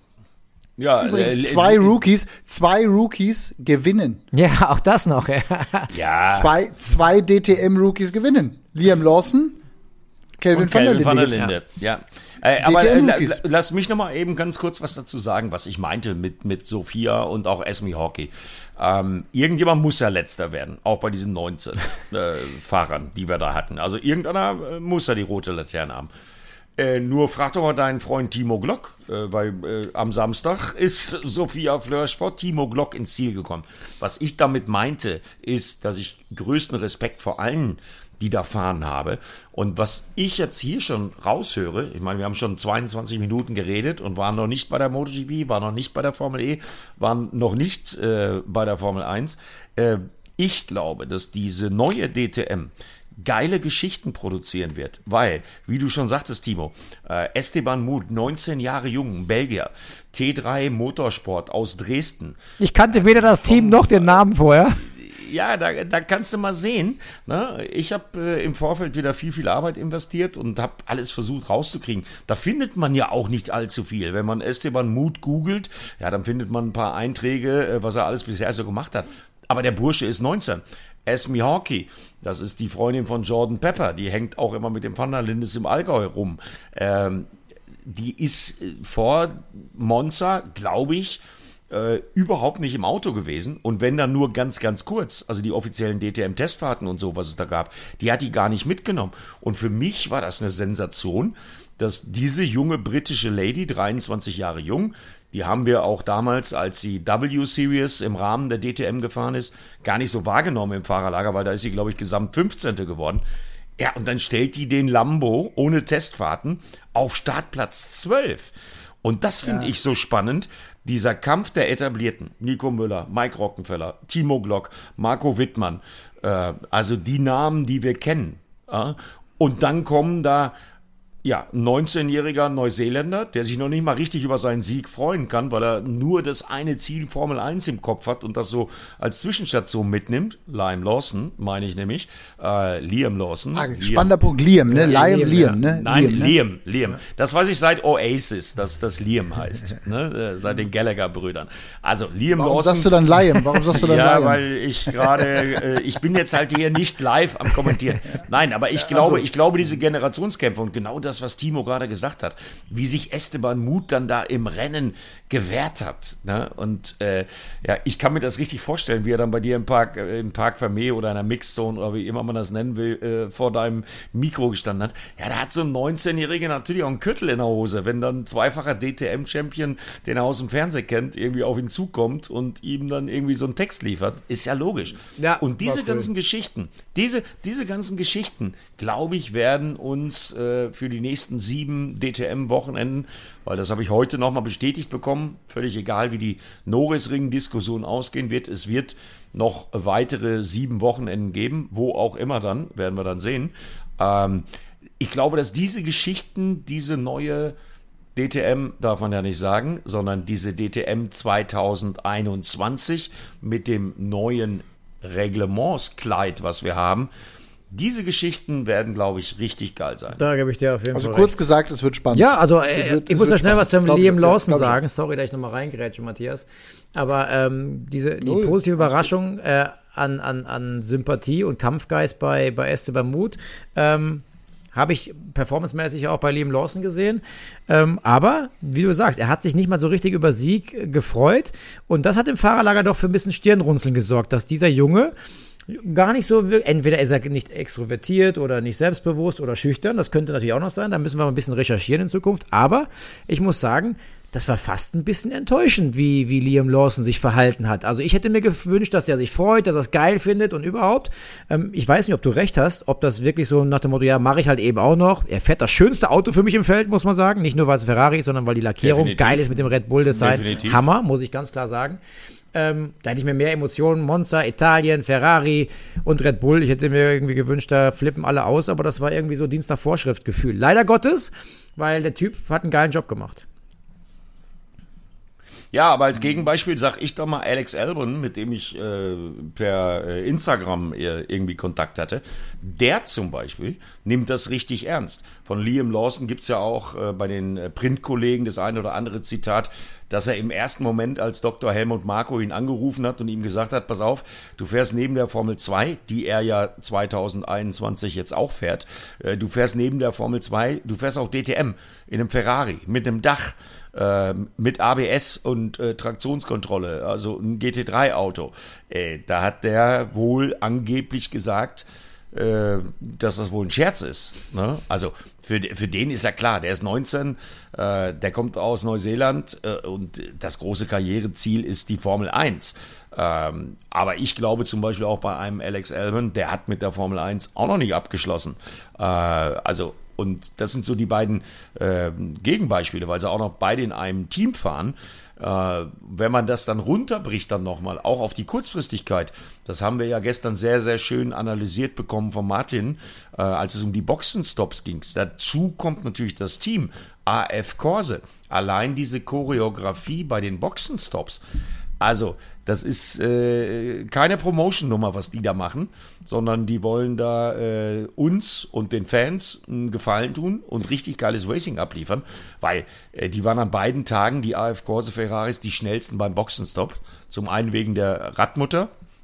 Ja, übrigens, äh, zwei Rookies, zwei Rookies gewinnen. Ja, auch das noch. Ja. ja. Zwei, zwei D T M-Rookies gewinnen. Liam Lawson, Kelvin van der Linde. Van der Linde. Ja. Äh, aber äh, lass mich noch mal eben ganz kurz was dazu sagen, was ich meinte mit, mit Sophia und auch Esme Hawkey. Ähm, irgendjemand muss ja Letzter werden, auch bei diesen neunzehn äh, Fahrern, die wir da hatten. Also irgendeiner äh, muss ja die rote Laterne haben. Äh, nur frag doch mal deinen Freund Timo Glock, äh, weil äh, am Samstag ist Sophia Flörsch vor Timo Glock ins Ziel gekommen. Was ich damit meinte, ist, dass ich größten Respekt vor allen, die da fahren habe. Und was ich jetzt hier schon raushöre, ich meine, wir haben schon zweiundzwanzig Minuten geredet und waren noch nicht bei der MotoGP, waren noch nicht bei der Formel E, waren noch nicht äh, bei der Formel eins. Äh, ich glaube, dass diese neue D T M geile Geschichten produzieren wird, weil, wie du schon sagtest, Timo, äh, Esteban Muth, neunzehn Jahre jung, Belgier, T drei Motorsport aus Dresden. Ich kannte weder das Team noch den Namen vorher. Ja, da, da kannst du mal sehen. Ne? Ich habe äh, im Vorfeld wieder viel, viel Arbeit investiert und habe alles versucht rauszukriegen. Da findet man ja auch nicht allzu viel. Wenn man Esteban Muth googelt, ja, dann findet man ein paar Einträge, äh, was er alles bisher so gemacht hat. aber der Bursche ist neunzehn. Esme Hawkey, das ist die Freundin von Jordan Pepper, die hängt auch immer mit dem Van der Lindes im Allgäu rum. Ähm, die ist vor Monza, glaube ich, äh, überhaupt nicht im Auto gewesen. Und wenn dann nur ganz, ganz kurz, also die offiziellen D T M-Testfahrten und so, was es da gab, die hat die gar nicht mitgenommen. Und für mich war das eine Sensation, dass diese junge britische Lady, dreiundzwanzig Jahre jung, die haben wir auch damals, als sie W-Series im Rahmen der D T M gefahren ist, gar nicht so wahrgenommen im Fahrerlager, weil da ist sie, glaube ich, gesamt fünfzehnte geworden. Ja, und dann stellt die den Lambo ohne Testfahrten auf Startplatz zwölf. Und das finde ja. ich so spannend, dieser Kampf der Etablierten, Nico Müller, Mike Rockenfeller, Timo Glock, Marco Wittmann, äh, also die Namen, die wir kennen. Äh, und dann kommen da ja, ein neunzehnjähriger Neuseeländer, der sich noch nicht mal richtig über seinen Sieg freuen kann, weil er nur das eine Ziel Formel eins im Kopf hat und das so als Zwischenstation mitnimmt. Liam Lawson, meine ich nämlich. Äh, Liam Lawson. Ah, spannender Punkt, Liam, ne? Ja, Liam, Liam, Liam, ja. ne? Nein, Liam, ne? Liam, Liam. Das weiß ich seit Oasis, dass das Liam heißt. ne? Seit den Gallagher-Brüdern. Also, Liam Warum Lawson. sagst du dann Liam? Warum sagst du dann ja, Liam? Ja, weil ich gerade, äh, ich bin jetzt halt hier nicht live am Kommentieren. Nein, aber ich glaube, so. ich glaube, diese Generationskämpfe und genau das, was Timo gerade gesagt hat, wie sich Esteban Muth dann da im Rennen gewehrt hat. Ne? Und äh, ja, ich kann mir das richtig vorstellen, wie er dann bei dir im Park, äh, im Park Fermé oder in einer Mixzone oder wie immer man das nennen will, äh, vor deinem Mikro gestanden hat. Ja, da hat so ein neunzehnjähriger natürlich auch einen Kittel in der Hose, wenn dann ein zweifacher D T M-Champion, den er aus dem Fernsehen kennt, irgendwie auf ihn zukommt und ihm dann irgendwie so einen Text liefert. Ist ja logisch. Ja, und diese cool. ganzen Geschichten, diese, diese ganzen Geschichten, glaube ich, werden uns äh, für die nächsten sieben D T M-Wochenenden, weil das habe ich heute nochmal bestätigt bekommen, völlig egal, wie die Norrisring-Diskussion ausgehen wird, es wird noch weitere sieben Wochenenden geben, wo auch immer dann, werden wir dann sehen. Ähm, ich glaube, dass diese Geschichten, diese neue D T M, darf man ja nicht sagen, sondern diese D T M zwanzig einundzwanzig mit dem neuen Reglementskleid, was wir haben, diese Geschichten werden, glaube ich, richtig geil sein. Da gebe ich dir auf jeden Also Fall kurz recht. gesagt, es wird spannend. Ja, also äh, wird, ich muss da schnell was zu glaub Liam ich, Lawson ja, sagen. Sorry, dass ich nochmal reingrätsche, Matthias. Aber ähm, diese die Null. positive Überraschung äh, an, an, an Sympathie und Kampfgeist bei, bei Esteban Muth ähm, habe ich performancemäßig auch bei Liam Lawson gesehen. Ähm, aber, wie du sagst, er hat sich nicht mal so richtig über Sieg äh, gefreut. Und das hat im Fahrerlager doch für ein bisschen Stirnrunzeln gesorgt, dass dieser Junge gar nicht so wirklich, entweder ist er nicht extrovertiert oder nicht selbstbewusst oder schüchtern, das könnte natürlich auch noch sein, da müssen wir mal ein bisschen recherchieren in Zukunft, aber ich muss sagen, das war fast ein bisschen enttäuschend, wie, wie Liam Lawson sich verhalten hat. Also ich hätte mir gewünscht, dass er sich freut, dass er es geil findet und überhaupt. Ähm, ich weiß nicht, ob du recht hast, ob das wirklich so nach dem Motto, ja, mache ich halt eben auch noch. Er fährt das schönste Auto für mich im Feld, muss man sagen. Nicht nur, weil es Ferrari ist, sondern weil die Lackierung Definitiv. geil ist mit dem Red Bull Design. Definitiv. Hammer, muss ich ganz klar sagen. Ähm, da hätte ich mir mehr Emotionen, Monza, Italien, Ferrari und Red Bull. Ich hätte mir irgendwie gewünscht, da flippen alle aus, aber das war irgendwie so Dienst nach Vorschrift-Gefühl. Leider Gottes, weil der Typ hat einen geilen Job gemacht. Ja, aber als Gegenbeispiel sag ich doch mal Alex Albon, mit dem ich äh, per äh, Instagram äh, irgendwie Kontakt hatte. Der zum Beispiel nimmt das richtig ernst. Von Liam Lawson gibt's ja auch äh, bei den äh, Printkollegen das eine oder andere Zitat, dass er im ersten Moment, als Doktor Helmut Marko ihn angerufen hat und ihm gesagt hat, pass auf, du fährst neben der Formel zwei, die er ja zwanzig einundzwanzig jetzt auch fährt, äh, du fährst neben der Formel zwei, du fährst auch D T M in einem Ferrari mit einem Dach, äh, mit A B S und äh, Traktionskontrolle, also ein G T drei Auto. Äh, da hat der wohl angeblich gesagt, äh, dass das wohl ein Scherz ist. Ne? Also für, für den ist ja klar, der ist neunzehn, äh, der kommt aus Neuseeland äh, und das große Karriereziel ist die Formel eins. Ähm, aber ich glaube zum Beispiel auch bei einem Alex Albon, der hat mit der Formel eins auch noch nicht abgeschlossen. Äh, also und das sind so die beiden äh, Gegenbeispiele, weil sie auch noch beide in einem Team fahren. Äh, wenn man das dann runterbricht dann nochmal, auch auf die Kurzfristigkeit, das haben wir ja gestern sehr, sehr schön analysiert bekommen von Martin, äh, als es um die Boxenstops ging. Dazu kommt natürlich das Team A F Corse. Allein diese Choreografie bei den Boxenstops. Also, das ist äh, keine Promotion-Nummer, was die da machen, sondern die wollen da äh, uns und den Fans einen Gefallen tun und richtig geiles Racing abliefern, weil äh, die waren an beiden Tagen, die A F Corse Ferraris, die schnellsten beim Boxenstopp. Zum einen wegen der Radmutter,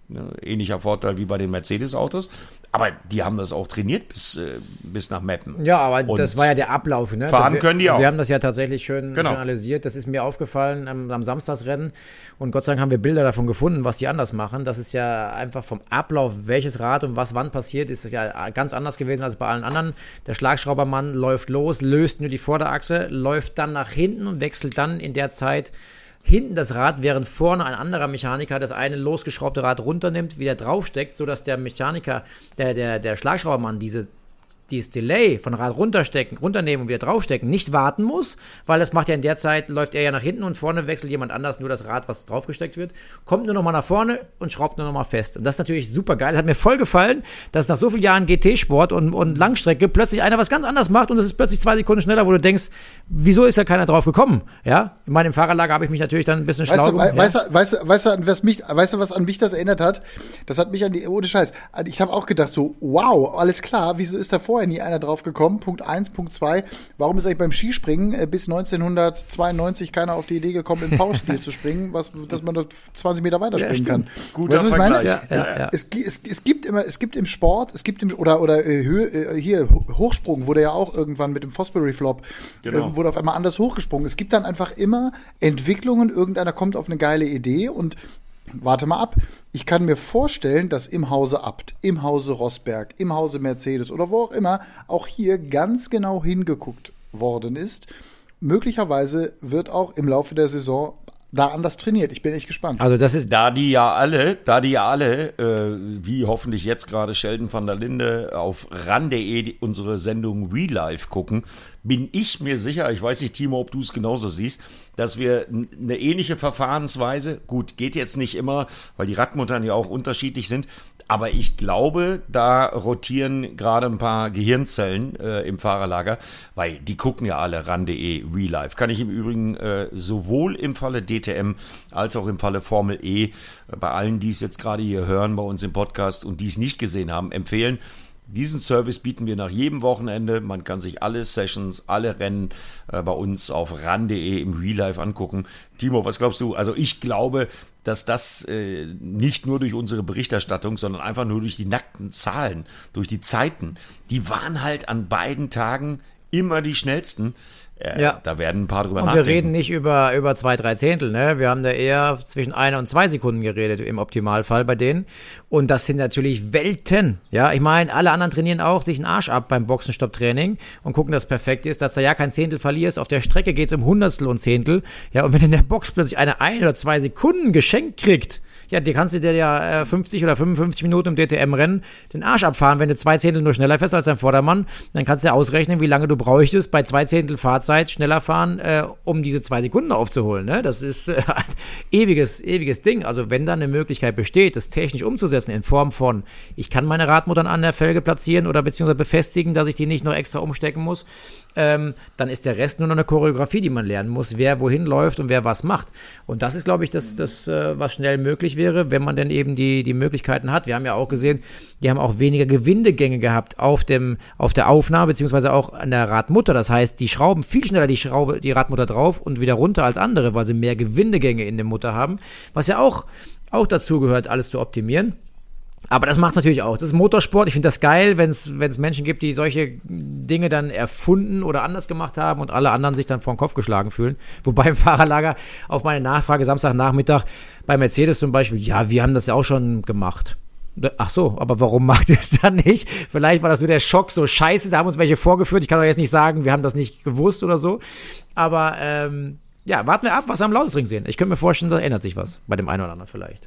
Ne? Ähnlicher Vorteil wie bei den Mercedes-Autos. Aber die haben das auch trainiert bis, äh, bis nach Meppen. Ja, aber Und das war ja der Ablauf. Ne? fahren wir, können die auch. Wir haben das ja tatsächlich schön, Genau. schön analysiert. Das ist mir aufgefallen am, am Samstagsrennen. Und Gott sei Dank haben wir Bilder davon gefunden, was die anders machen. Das ist ja einfach vom Ablauf, welches Rad und was wann passiert, ist ja ganz anders gewesen als bei allen anderen. Der Schlagschraubermann läuft los, löst nur die Vorderachse, läuft dann nach hinten und wechselt dann in der Zeit hinten das Rad, während vorne ein anderer Mechaniker das eine losgeschraubte Rad runternimmt, wieder draufsteckt, sodass der Mechaniker, der, der, der Schlagschraubermann diese dieses Delay von Rad runterstecken, runternehmen und wieder draufstecken, nicht warten muss, weil das macht ja in der Zeit, läuft er ja nach hinten und vorne wechselt jemand anders nur das Rad, was draufgesteckt wird, kommt nur nochmal nach vorne und schraubt nur nochmal fest. Und das ist natürlich super geil. Das hat mir voll gefallen, dass nach so vielen Jahren G T-Sport und, und Langstrecke plötzlich einer was ganz anderes macht und es ist plötzlich zwei Sekunden schneller, wo du denkst, wieso ist da keiner drauf gekommen? Ja, in meinem Fahrerlager habe ich mich natürlich dann ein bisschen schlau Weißt du, gemacht. weißt, Ja. du, weißt, du, weißt, du, an was mich, weißt du, was an mich das erinnert hat? Das hat mich an die, ohne Scheiß, ich habe auch gedacht so, wow, alles klar, wieso ist da vorher nie einer drauf gekommen? Punkt eins, Punkt zwei, warum ist eigentlich beim Skispringen äh, bis neunzehnhundertzweiundneunzig keiner auf die Idee gekommen, im V-Stil zu springen, was, dass man dort zwanzig Meter weiter springen Ja, kann? Guter Weißt du, was ich meine? Vergleich. Ja, ja, ja. Es, gi- es, es gibt immer, es gibt im Sport, es gibt im, oder, oder äh, Höhe, äh, hier, Hochsprung wurde ja auch irgendwann mit dem Fosbury Flop, Genau. äh, wurde auf einmal anders hochgesprungen. Es gibt dann einfach immer Entwicklungen, irgendeiner kommt auf eine geile Idee und warte mal ab. Ich kann mir vorstellen, dass im Hause Abt, im Hause Rosberg, im Hause Mercedes oder wo auch immer auch hier ganz genau hingeguckt worden ist. Möglicherweise wird auch im Laufe der Saison da anders trainiert. Ich bin echt gespannt. Also das ist, Da die ja alle, da die ja alle, äh, wie hoffentlich jetzt gerade Sheldon van der Linde auf ran punkt de unsere Sendung Real Life gucken, bin ich mir sicher, ich weiß nicht, Timo, ob du es genauso siehst, dass wir n- eine ähnliche Verfahrensweise, gut, geht jetzt nicht immer, weil die Radmuttern ja auch unterschiedlich sind, aber ich glaube, da rotieren gerade ein paar Gehirnzellen äh, im Fahrerlager, weil die gucken ja alle ran punkt de Real Life. Kann ich im Übrigen äh, sowohl im Falle D T M als auch im Falle Formel E, äh, bei allen, die es jetzt gerade hier hören bei uns im Podcast und die es nicht gesehen haben, empfehlen. Diesen Service bieten wir nach jedem Wochenende. Man kann sich alle Sessions, alle Rennen äh, bei uns auf ran punkt de im Real Life angucken. Timo, was glaubst du? Also ich glaube, dass das äh, nicht nur durch unsere Berichterstattung, sondern einfach nur durch die nackten Zahlen, durch die Zeiten, die waren halt an beiden Tagen immer die schnellsten. Äh, Ja. Da werden ein paar drüber und wir nachdenken. reden nicht über, über zwei, drei Zehntel, ne? Wir haben da eher zwischen einer und zwei Sekunden geredet im Optimalfall bei denen. Und das sind natürlich Welten. Ja, ich meine, alle anderen trainieren auch sich einen Arsch ab beim Boxenstopp-Training und gucken, dass es perfekt ist, dass da ja kein Zehntel verlierst. Auf der Strecke geht es um Hundertstel und Zehntel. Ja, und wenn in der Box plötzlich eine ein oder zwei Sekunden geschenkt kriegt, ja, die kannst du dir ja äh, fünfzig oder fünfundfünfzig Minuten im D T M-Rennen den Arsch abfahren, wenn du zwei Zehntel nur schneller fährst als dein Vordermann. Dann kannst du ja ausrechnen, wie lange du bräuchtest bei zwei Zehntel Fahrzeit schneller fahren, äh, um diese zwei Sekunden aufzuholen. Ne? Das ist äh, ein ewiges, ewiges Ding. Also wenn da eine Möglichkeit besteht, das technisch umzusetzen in Form von, ich kann meine Radmuttern an der Felge platzieren oder beziehungsweise befestigen, dass ich die nicht noch extra umstecken muss, ähm, dann ist der Rest nur noch eine Choreografie, die man lernen muss, wer wohin läuft und wer was macht. Und das ist, glaube ich, das, das äh, was schnell möglich wäre, wenn man denn eben die, die Möglichkeiten hat. Wir haben ja auch gesehen, die haben auch weniger Gewindegänge gehabt auf dem, auf der Aufnahme, beziehungsweise auch an der Radmutter. Das heißt, die schrauben viel schneller die Schraube, die Radmutter drauf und wieder runter als andere, weil sie mehr Gewindegänge in der Mutter haben, was ja auch, auch dazu gehört, alles zu optimieren. Aber das macht es natürlich auch. Das ist Motorsport. Ich finde das geil, wenn es Menschen gibt, die solche Dinge dann erfunden oder anders gemacht haben und alle anderen sich dann vor den Kopf geschlagen fühlen. Wobei im Fahrerlager auf meine Nachfrage Samstagnachmittag bei Mercedes zum Beispiel, ja, wir haben das ja auch schon gemacht. Ach so, aber warum macht ihr es dann nicht? Vielleicht war das nur der Schock, so scheiße, da haben uns welche vorgeführt. Ich kann doch jetzt nicht sagen, wir haben das nicht gewusst oder so. Aber ähm, ja, warten wir ab, was wir am Lausitzring sehen. Ich könnte mir vorstellen, da ändert sich was bei dem einen oder anderen vielleicht.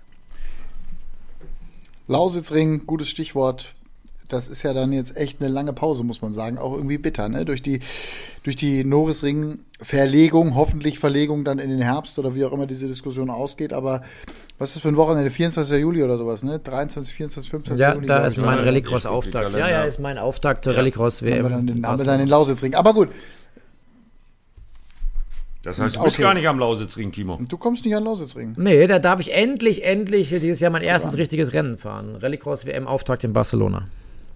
Lausitzring, gutes Stichwort. Das ist ja dann jetzt echt eine lange Pause, muss man sagen. Auch irgendwie bitter, ne? Durch die, durch die Norrisring-Verlegung, hoffentlich Verlegung dann in den Herbst oder wie auch immer diese Diskussion ausgeht. Aber was ist das für ein Wochenende? vierundzwanzigster Juli oder sowas, ne? dreiundzwanzigster, vierundzwanzigster, fünfundzwanzigster Ja, Juli. da glaub ist ich, mein ne? Rallycross-Auftakt. Ja, ja, ist mein Auftakt zur Rallycross-W M. Haben wir dann den, haben wir dann den Lausitzring. Aber gut, Das heißt, du bist Okay. gar nicht am Lausitzring, Timo. du kommst nicht an Lausitzring. Nee, da darf ich endlich, endlich dieses Jahr mein erstes richtiges Rennen fahren. Rallycross-W M-Auftakt in Barcelona.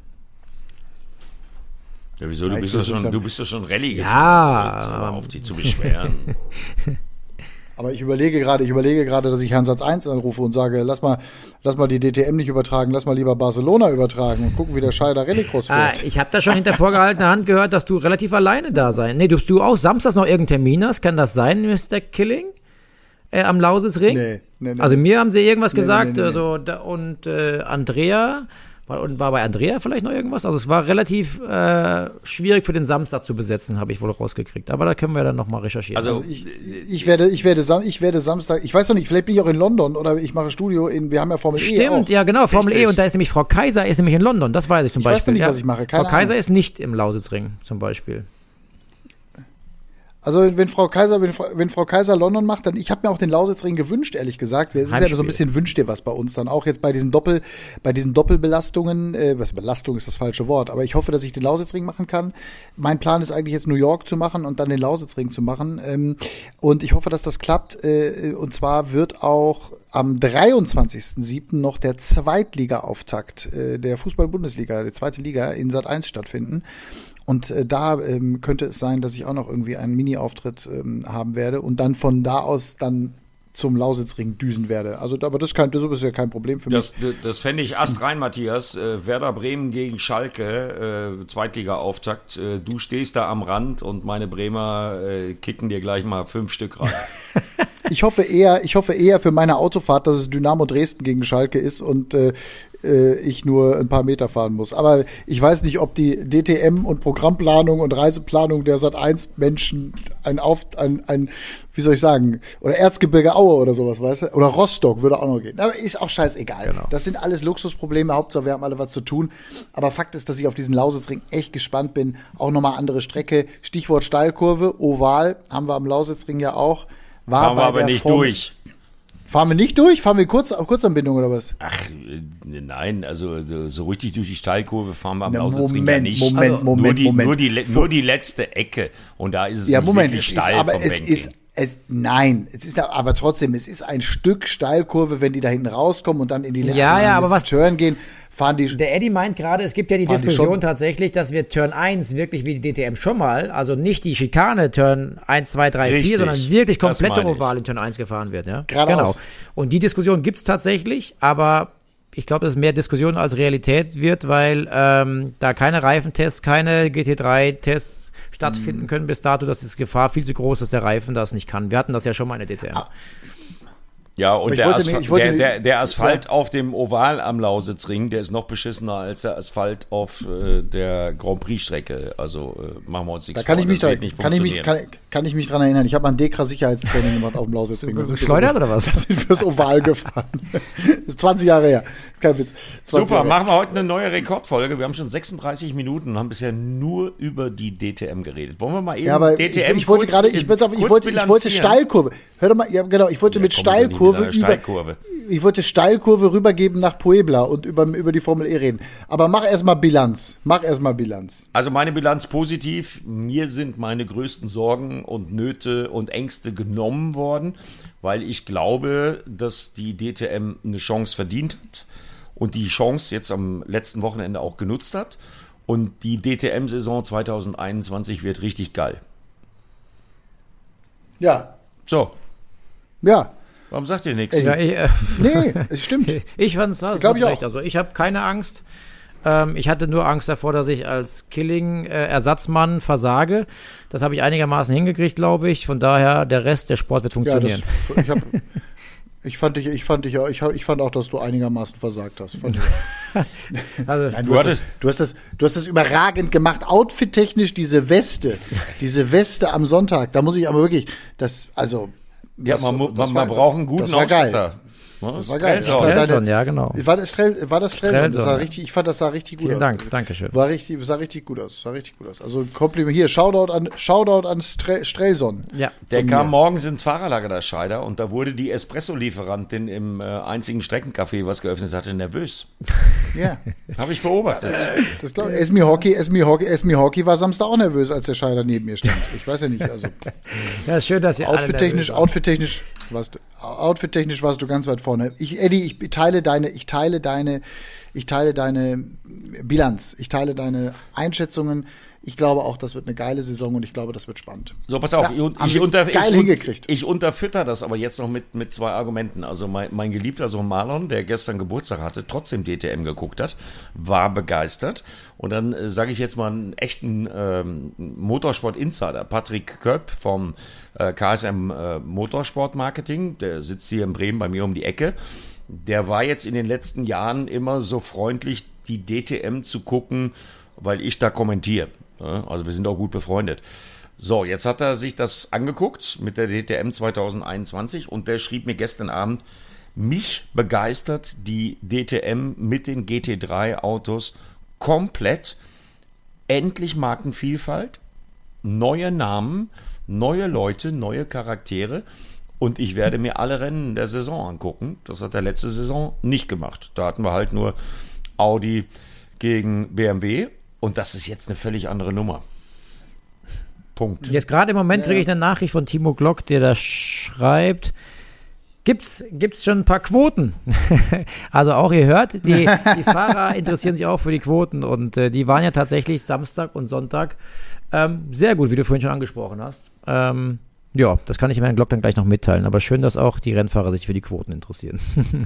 Ja, wieso? Du Ja, bist ich ja schon, versuch- du bist ja schon Rallye Ja. gefahren. Hör auf, dich zu beschweren. Aber ich überlege gerade, ich überlege gerade, dass ich Herrn Satz eins anrufe und sage, lass mal, lass mal die D T M nicht übertragen, lass mal lieber Barcelona übertragen und gucken, wie der Scheider Rallycross Ah, fährt. ich habe da schon hinter vorgehaltener Hand gehört, dass du relativ alleine da sein. Nee, du, du auch samstags noch irgendeinen Termin hast, kann das sein, Mister Killing? Äh, am Lausitzring? Nee, nee, nee. Also mir haben sie irgendwas Nee, gesagt, nee, nee, nee. also da, und äh, Andrea, war, und war bei Andrea vielleicht noch irgendwas? Also es war relativ äh, schwierig für den Samstag zu besetzen, habe ich wohl rausgekriegt. Aber da können wir dann nochmal recherchieren. Also, Also ich, ich werde, ich werde, Sam, ich werde Samstag, ich weiß noch nicht, vielleicht bin ich auch in London oder ich mache Studio in, wir haben ja Formel E Stimmt, auch. ja genau, Formel Richtig. E und da ist nämlich Frau Kaiser, ist nämlich in London, das weiß ich zum Ich weiß Beispiel. noch nicht, ja. was ich mache, keine Frau Kaiser Ahnung. ist nicht im Lausitzring zum Beispiel. Also wenn Frau Kaiser, wenn Frau, wenn Frau Kaiser London macht, dann, ich habe mir auch den Lausitzring gewünscht, ehrlich gesagt. Es ist ja Heimspiel. so ein bisschen wünsch dir was bei uns dann auch jetzt bei diesen Doppel, bei diesen Doppelbelastungen, äh, was Belastung ist das falsche Wort, aber ich hoffe, dass ich den Lausitzring machen kann. Mein Plan ist eigentlich jetzt New York zu machen und dann den Lausitzring zu machen. Ähm, und ich hoffe, dass das klappt. Äh, und zwar wird auch am dreiundzwanzigsten siebten noch der Zweitliga-Auftakt äh, der Fußball-Bundesliga, der zweite Liga in Sat eins stattfinden. Und äh, da ähm, könnte es sein, dass ich auch noch irgendwie einen Mini-Auftritt ähm, haben werde und dann von da aus dann zum Lausitzring düsen werde. Also, aber das, kann, das ist ja kein Problem für mich. Das, das fände ich astrein, Matthias. Äh, Werder Bremen gegen Schalke, äh, Zweitliga-Auftakt. Äh, du stehst da am Rand und meine Bremer äh, kicken dir gleich mal fünf Stück rein. Ich hoffe eher, ich hoffe eher für meine Autofahrt, dass es Dynamo Dresden gegen Schalke ist und äh, äh, ich nur ein paar Meter fahren muss. Aber ich weiß nicht, ob die D T M und Programmplanung und Reiseplanung der Sat eins Menschen ein Auf, ein, ein, wie soll ich sagen, oder Erzgebirge Aue oder sowas, weißt du? Oder Rostock würde auch noch gehen. Aber ist auch scheißegal. Genau. Das sind alles Luxusprobleme. Hauptsache, wir haben alle was zu tun. Aber Fakt ist, dass ich auf diesen Lausitzring echt gespannt bin. Auch nochmal andere Strecke. Stichwort Steilkurve, Oval, haben wir am Lausitzring ja auch. War Fahren wir bei aber der nicht Form- durch. Fahren wir nicht durch? Fahren wir kurz, auf Kurzanbindung oder was? Ach, äh, nein, also so- so richtig durch die Steilkurve fahren wir am Na, Lausitzring Moment, ja nicht. Moment, Also, Moment, nur die, Moment. Nur die, le- nur die letzte Ecke. Und da ist es Ja, nicht Moment, es wirklich ist, steil aber vom es Ranking. ist, es, nein, es ist aber trotzdem, es ist ein Stück Steilkurve, wenn die da hinten rauskommen und dann in die letzten, Ja, ja, in die aber letzten was- Turn gehen, fahren die, Der Eddie meint gerade, es gibt ja die Fahren die Diskussion schon? tatsächlich, dass wir Turn eins wirklich wie die D T M schon mal, also nicht die Schikane Turn eins, zwei, drei, Richtig, vier, sondern wirklich das komplette meine ich. Oval in Turn eins gefahren wird. Ja? Geradeaus. Genau. Und die Diskussion gibt's tatsächlich, aber ich glaube, dass es mehr Diskussion als Realität wird, weil ähm, da keine Reifentests, keine G T drei Tests stattfinden Mhm. können bis dato, dass die Gefahr viel zu groß ist, dass der Reifen das nicht kann. Wir hatten das ja schon mal in der D T M. Ja, und ich der, wollte Aspha- mir- ich wollte der, mir- der, der Asphalt auf dem Oval am Lausitzring, der ist noch beschissener als der Asphalt auf äh, der Grand Prix-Strecke. Also äh, machen wir uns nichts da kann vor, ich mich, das da, wird nicht kann ich mich, funktionieren. kann, kann ich mich dran erinnern. Ich habe mal ein Dekra-Sicherheitstraining gemacht auf dem Lausitzring. Da sind wir Geschleudert so- oder was? Da sind wir fürs Oval gefahren. Das ist zwanzig Jahre her. Das ist kein Witz. zwanzig Super, Jahre. machen wir heute eine neue Rekordfolge. Wir haben schon sechsunddreißig Minuten und haben bisher nur über die D T M geredet. Wollen wir mal eben Ja, aber D ich, T M ich wollte kurz- gerade, ich, pass auf, ich kurz wollte, ich wollte bilanzieren? Steilkurve. Hör doch mal, ja genau, ich wollte Ja, mit komm ich doch nicht mit Steilkurve einer über, Steilkurve. ich wollte Steilkurve rübergeben nach Puebla und über, über die Formel E reden. Aber mach erstmal Bilanz. Mach erstmal Bilanz. Also meine Bilanz positiv. Mir sind meine größten Sorgen und Nöte und Ängste genommen worden, weil ich glaube, dass die D T M eine Chance verdient hat und die Chance jetzt am letzten Wochenende auch genutzt hat. Und die D T M-Saison zwanzig einundzwanzig wird richtig geil. Ja. So, Ja. warum sagt ihr nichts? Ja, ich, äh, Nee, es stimmt. Ich fand es das Glaub hast ich auch. recht. Also ich habe keine Angst. Ähm, ich hatte nur Angst davor, dass ich als Killing-Ersatzmann versage. Das habe ich einigermaßen hingekriegt, glaube ich. Von daher, der Rest, der Sport wird Ja, funktionieren. das, ich, hab, ich fand dich, ich fand dich, ich, hab- ich fand auch, dass du einigermaßen versagt hast. Fand ich. also, Nein, du, hast das, du, hast das, du hast das überragend gemacht. Outfit-technisch diese Weste, diese Weste am Sonntag, da muss ich aber wirklich, das, also. Ja, das, man, mu- das man, war- man braucht einen guten das war geil. Ausstatter. Ne? Das war geil. Strelson. Das Strelson, ja, genau. War das, Strel, war das Strelson? Das sah Strelson. richtig, ich fand, das sah richtig gut Vielen aus. Dank, Dankeschön. War richtig, sah richtig gut aus. Sah richtig gut aus. Also Kompliment hier, Shoutout an, Shoutout an Stre, Strelson. Ja. Der Von kam mir. morgens ins Fahrerlager, der Scheider, und da wurde die Espresso-Lieferantin im äh, einzigen Streckencafé, was geöffnet hatte, nervös. Ja. Habe ich beobachtet. Das glaube ich. Esmi Hockey, Esmi Hockey, Esmi Hockey war Samstag auch nervös, als der Scheider neben mir stand. Ich weiß ja nicht, also Ja, schön, dass ihr alle outfit-technisch, nervös wart. outfit-technisch warst du, outfit-technisch warst du ganz weit vorne. Ich, Eddie, ich teile deine, ich teile deine, ich teile deine Bilanz, ich teile deine Einschätzungen. Ich glaube auch, das wird eine geile Saison und ich glaube, das wird spannend. So, pass auf, ja, ich, ich, unter, geil ich, hingekriegt. Ich unterfütter das aber jetzt noch mit, mit zwei Argumenten. Also mein, mein geliebter Sohn Marlon, der gestern Geburtstag hatte, trotzdem D T M geguckt hat, war begeistert. Und dann äh, sage ich jetzt mal einen echten ähm, Motorsport-Insider, Patrick Köpp vom äh, K S M äh, Motorsport Marketing, der sitzt hier in Bremen bei mir um die Ecke. Der war jetzt in den letzten Jahren immer so freundlich, die D T M zu gucken, weil ich da kommentiere. Also wir sind auch gut befreundet. So, jetzt hat er sich das angeguckt mit der D T M zwanzig einundzwanzig und der schrieb mir gestern Abend, mich begeistert die D T M mit den G T drei Autos komplett. Endlich Markenvielfalt, neue Namen, neue Leute, neue Charaktere und ich werde mir alle Rennen der Saison angucken. Das hat er letzte Saison nicht gemacht. Da hatten wir halt nur Audi gegen B M W. Und das ist jetzt eine völlig andere Nummer. Punkt. Jetzt gerade im Moment Ja. kriege ich eine Nachricht von Timo Glock, der da schreibt, gibt's, gibt's schon ein paar Quoten? Also auch, ihr hört, die, die Fahrer interessieren sich auch für die Quoten und äh, die waren ja tatsächlich Samstag und Sonntag ähm, sehr gut, wie du vorhin schon angesprochen hast. Ähm, ja, das kann ich Herrn Glock dann gleich noch mitteilen, aber schön, dass auch die Rennfahrer sich für die Quoten interessieren.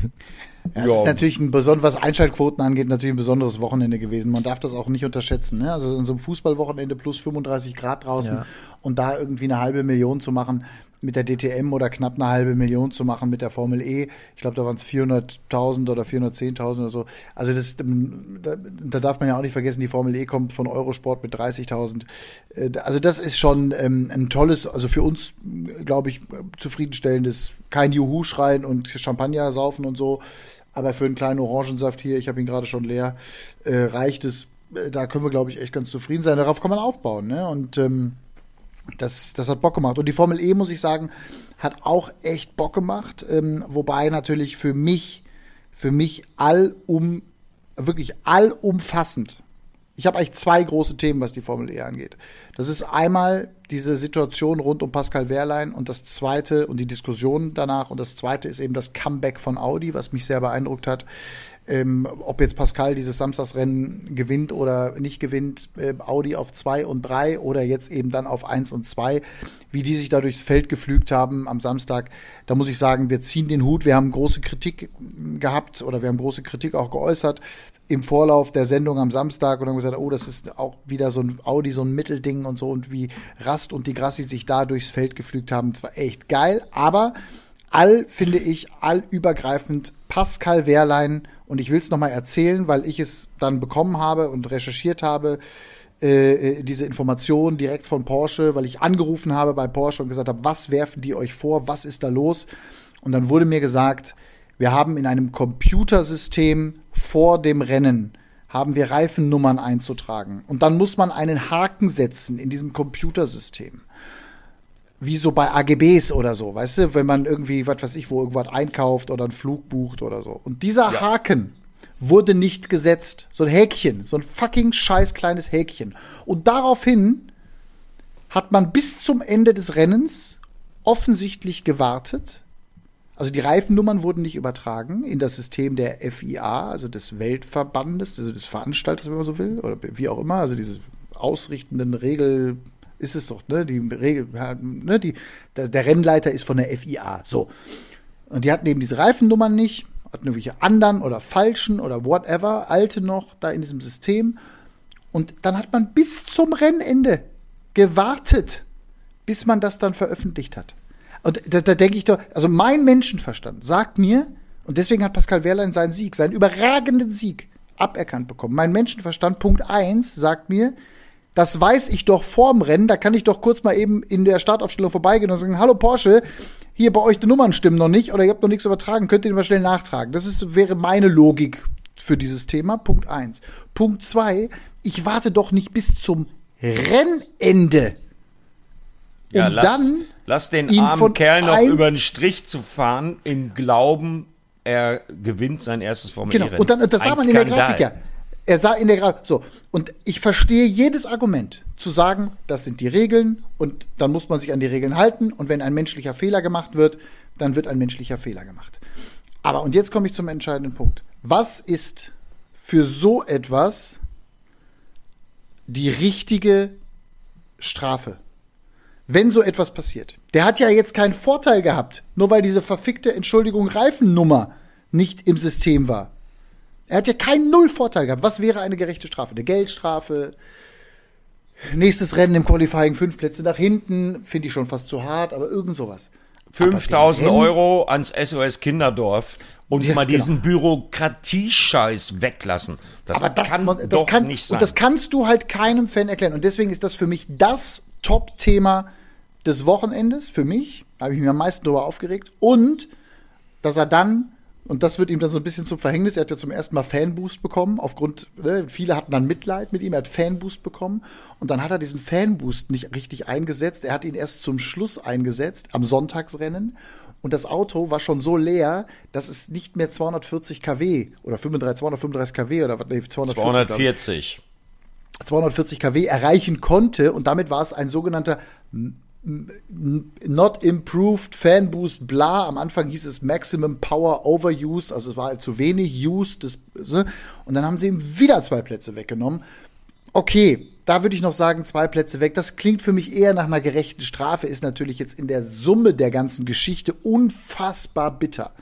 Ja, es ist natürlich ein besonderes, was Einschaltquoten angeht, natürlich ein besonderes Wochenende gewesen. Man darf das auch nicht unterschätzen. Ne? Also in so einem Fußballwochenende plus fünfunddreißig Grad draußen Ja. und da irgendwie eine halbe Million zu machen mit der D T M oder knapp eine halbe Million zu machen mit der Formel E. Ich glaube, da waren es vierhunderttausend oder vierhundertzehntausend oder so. Also das, da, da darf man ja auch nicht vergessen, die Formel E kommt von Eurosport mit dreißigtausend. Also das ist schon ähm, ein tolles, also für uns, glaube ich, zufriedenstellendes, kein Juhu-Schreien und Champagner saufen und so. Aber für einen kleinen Orangensaft hier, ich habe ihn gerade schon leer, äh, reicht es. Äh, da können wir, glaube ich, echt ganz zufrieden sein. Darauf kann man aufbauen. Ne? Und ähm, das, das hat Bock gemacht. Und die Formel E, muss ich sagen, hat auch echt Bock gemacht. Ähm, wobei natürlich für mich, für mich allum, wirklich allumfassend. Ich habe eigentlich zwei große Themen, was die Formel E angeht. Das ist einmal diese Situation rund um Pascal Wehrlein und das zweite und die Diskussion danach und das zweite ist eben das Comeback von Audi, was mich sehr beeindruckt hat. Ähm, ob jetzt Pascal dieses Samstagsrennen gewinnt oder nicht gewinnt, äh, Audi auf zwei und drei oder jetzt eben dann auf eins und zwei, wie die sich da durchs Feld geflügt haben am Samstag, da muss ich sagen, wir ziehen den Hut, wir haben große Kritik gehabt oder wir haben große Kritik auch geäußert im Vorlauf der Sendung am Samstag und haben gesagt, oh, das ist auch wieder so ein Audi, so ein Mittelding und so und wie Rast und die Grassi sich da durchs Feld geflügt haben, das war echt geil, aber all, finde ich, allübergreifend Pascal Wehrlein und ich will es nochmal erzählen, weil ich es dann bekommen habe und recherchiert habe, äh, diese Information direkt von Porsche, weil ich angerufen habe bei Porsche und gesagt habe, was werfen die euch vor, was ist da los? Und dann wurde mir gesagt, wir haben in einem Computersystem vor dem Rennen, haben wir Reifennummern einzutragen. Und dann muss man einen Haken setzen in diesem Computersystem. Wie so bei A G Bs oder so, weißt du, wenn man irgendwie, was weiß ich, wo irgendwas einkauft oder einen Flug bucht oder so. Und dieser ja. Haken wurde nicht gesetzt. So ein Häkchen, so ein fucking scheiß kleines Häkchen. Und daraufhin hat man bis zum Ende des Rennens offensichtlich gewartet. Also die Reifennummern wurden nicht übertragen in das System der F I A, also des Weltverbandes, also des Veranstalters, wenn man so will, oder wie auch immer, also diese ausrichtenden Regel, ist es doch, ne, die Regel, ne, die, der Rennleiter ist von der F I A, so. Und die hatten eben diese Reifennummern nicht, hatten irgendwelche anderen oder falschen oder whatever, alte noch da in diesem System. Und dann hat man bis zum Rennende gewartet, bis man das dann veröffentlicht hat. Und da, da denke ich doch, also mein Menschenverstand sagt mir, und deswegen hat Pascal Wehrlein seinen Sieg, seinen überragenden Sieg aberkannt bekommen. Mein Menschenverstand, Punkt eins, sagt mir, das weiß ich doch vorm Rennen, da kann ich doch kurz mal eben in der Startaufstellung vorbeigehen und sagen, hallo Porsche, hier bei euch die Nummern stimmen noch nicht oder ihr habt noch nichts übertragen, könnt ihr mal schnell nachtragen. Das ist, wäre meine Logik für dieses Thema, Punkt eins. Punkt zwei, ich warte doch nicht bis zum Rennende, um ja, lass, dann lass den armen Kerl noch über den Strich zu fahren, im Glauben, er gewinnt sein erstes Formel-E-Rennen. Genau, und dann, das sah man in der Grafik ja. Er sah in der Grafik, so. Und ich verstehe jedes Argument, zu sagen, das sind die Regeln und dann muss man sich an die Regeln halten und wenn ein menschlicher Fehler gemacht wird, dann wird ein menschlicher Fehler gemacht. Aber, und jetzt komme ich zum entscheidenden Punkt. Was ist für so etwas die richtige Strafe, wenn so etwas passiert. Der hat ja jetzt keinen Vorteil gehabt, nur weil diese verfickte, Entschuldigung, Reifennummer nicht im System war. Er hat ja keinen Null-Vorteil gehabt. Was wäre eine gerechte Strafe? Eine Geldstrafe, nächstes Rennen im Qualifying, fünf Plätze nach hinten, finde ich schon fast zu hart, aber irgend sowas. fünftausend Euro ans S O S Kinderdorf und Ja, mal diesen genau. Bürokratiescheiß weglassen. Das Aber das, kann das doch kann, nicht sein. Und das kannst du halt keinem Fan erklären. Und deswegen ist das für mich das Top-Thema des Wochenendes. Für mich, da habe ich mich am meisten darüber aufgeregt. Und, dass er dann, und das wird ihm dann so ein bisschen zum Verhängnis, er hat ja zum ersten Mal Fanboost bekommen, aufgrund, ne, viele hatten dann Mitleid mit ihm, er hat Fanboost bekommen. Und dann hat er diesen Fanboost nicht richtig eingesetzt. Er hat ihn erst zum Schluss eingesetzt, am Sonntagsrennen. Und das Auto war schon so leer, dass es nicht mehr zweihundertvierzig Kilowatt oder fünfunddreißig, zweihundertfünfunddreißig Kilowatt oder was, nee, zweihundertvierzig, zweihundertvierzig. zweihundertvierzig Kilowatt erreichen konnte. Und damit war es ein sogenannter Not Improved Fanboost, bla. Am Anfang hieß es Maximum Power Overuse, also es war halt zu wenig Use. Das, und dann haben sie ihm wieder zwei Plätze weggenommen. Okay, da würde ich noch sagen, zwei Plätze weg. Das klingt für mich eher nach einer gerechten Strafe, ist natürlich jetzt in der Summe der ganzen Geschichte unfassbar bitter.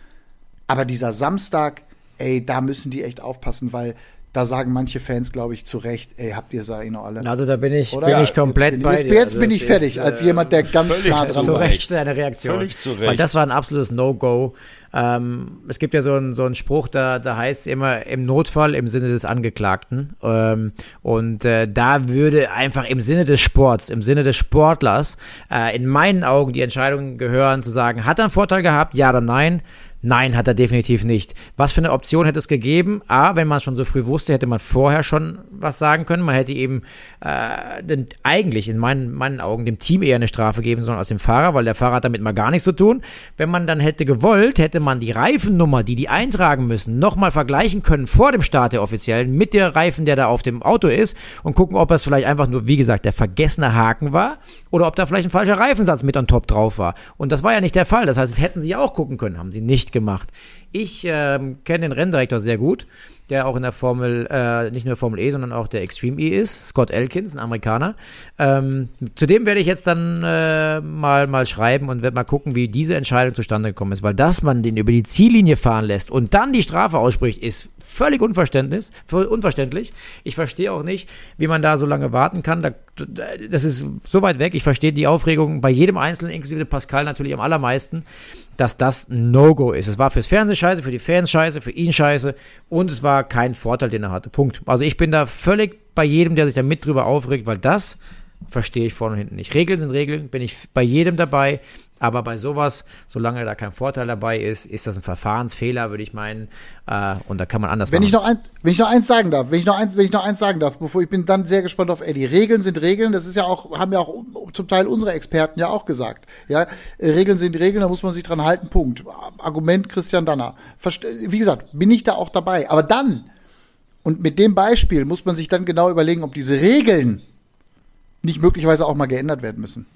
Aber dieser Samstag, ey, da müssen die echt aufpassen, weil da sagen manche Fans, glaube ich, zu Recht, ey, habt ihr sie noch alle? Also da bin ich, Oder? bin ich komplett jetzt bin, bei jetzt, dir. Jetzt also bin ich fertig, ist, als jemand, der ganz völlig nah dran zu war. Recht deine Reaktion. Völlig zu Recht. Weil das war ein absolutes No-Go. Ähm, es gibt ja so einen so einen Spruch, da, da heißt es immer im Notfall im Sinne des Angeklagten. Ähm, und äh, da würde einfach im Sinne des Sports, im Sinne des Sportlers, äh, in meinen Augen die Entscheidung gehören, zu sagen, hat er einen Vorteil gehabt, ja oder nein? Nein, hat er definitiv nicht. Was für eine Option hätte es gegeben? A, wenn man es schon so früh wusste, hätte man vorher schon was sagen können. Man hätte eben äh, den, eigentlich in meinen, meinen Augen dem Team eher eine Strafe geben sollen als dem Fahrer, weil der Fahrer hat damit mal gar nichts zu tun. Wenn man dann hätte gewollt, hätte man die Reifennummer, die die eintragen müssen, nochmal vergleichen können vor dem Start der Offiziellen mit der Reifen, der da auf dem Auto ist und gucken, ob es vielleicht einfach nur, wie gesagt, der vergessene Haken war oder ob da vielleicht ein falscher Reifensatz mit on top drauf war. Und das war ja nicht der Fall. Das heißt, es hätten sie auch gucken können, haben sie nicht gemacht. Ich ähm, kenne den Renndirektor sehr gut, der auch in der Formel, äh, nicht nur Formel E, sondern auch der Extreme E ist, Scott Elkins, ein Amerikaner. Ähm, zu dem werde ich jetzt dann äh, mal, mal schreiben und werde mal gucken, wie diese Entscheidung zustande gekommen ist, weil dass man den über die Ziellinie fahren lässt und dann die Strafe ausspricht, ist völlig unverständlich. unverständlich. Ich verstehe auch nicht, wie man da so lange warten kann. Da, das ist so weit weg. Ich verstehe die Aufregung bei jedem Einzelnen, inklusive Pascal natürlich am allermeisten, dass das ein No-Go ist. Es war fürs Fernsehen scheiße, für die Fans scheiße, für ihn scheiße und es war kein Vorteil, den er hatte. Punkt. Also ich bin da völlig bei jedem, der sich da mit drüber aufregt, weil das verstehe ich vorne und hinten nicht. Regeln sind Regeln, bin ich bei jedem dabei, aber bei sowas, solange da kein Vorteil dabei ist, ist das ein Verfahrensfehler, würde ich meinen, äh, und da kann man anders Wenn machen. ich noch ein, wenn ich noch eins sagen darf, wenn ich noch eins, wenn ich noch eins sagen darf, bevor ich bin dann sehr gespannt auf Eddie. Regeln sind Regeln, das ist ja auch, haben ja auch zum Teil unsere Experten ja auch gesagt. Ja, Regeln sind Regeln, da muss man sich dran halten, Punkt. Argument Christian Danner. Verste- Wie gesagt, bin ich da auch dabei. Aber dann, und mit dem Beispiel muss man sich dann genau überlegen, ob diese Regeln nicht möglicherweise auch mal geändert werden müssen.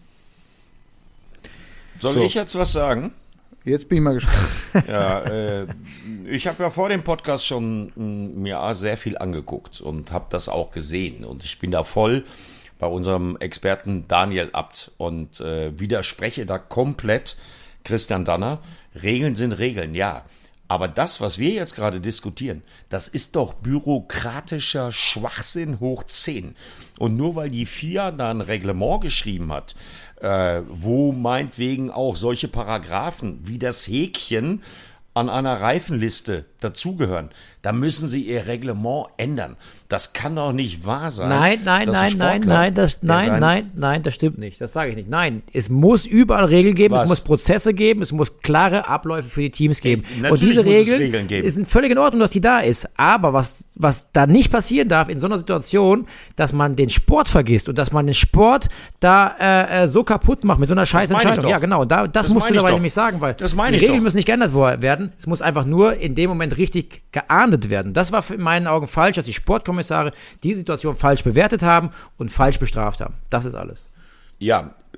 Soll So. ich jetzt was sagen? Jetzt bin ich mal gespannt. Ja, äh, ich habe ja vor dem Podcast schon mh, mir sehr viel angeguckt und habe das auch gesehen. Und ich bin da voll bei unserem Experten Daniel Abt und äh, widerspreche da komplett Christian Danner. Regeln sind Regeln, ja. Aber das, was wir jetzt gerade diskutieren, das ist doch bürokratischer Schwachsinn hoch zehn. Und nur weil die F I A da ein Reglement geschrieben hat, äh, wo meinetwegen auch solche Paragraphen wie das Häkchen an einer Reifenliste dazugehören, da müssen sie ihr Reglement ändern. Das kann doch nicht wahr sein. Nein, nein, dass ein nein, nein, Sportler, nein, das, der nein, sein- nein, nein, das stimmt nicht. Das sage ich nicht. Nein, es muss überall Regeln geben, Was? es muss Prozesse geben, es muss klare Abläufe für die Teams geben. natürlich Und diese muss es Regeln, Regeln geben. sind völlig in Ordnung, dass die da ist. Aber was, was da nicht passieren darf in so einer Situation, dass man den Sport vergisst und dass man den Sport da äh, äh, so kaputt macht mit so einer scheiß meine ich Entscheidung. doch. Ja, genau. Da, das, Das musst du meine ich dabei doch. nämlich sagen, weil Das meine die ich Regeln doch. müssen nicht geändert wo- werden. Es muss einfach nur in dem Moment richtig geahndet werden. Das war in meinen Augen falsch, dass die Sportkommissare die Situation falsch bewertet haben und falsch bestraft haben. Das ist alles. Ja,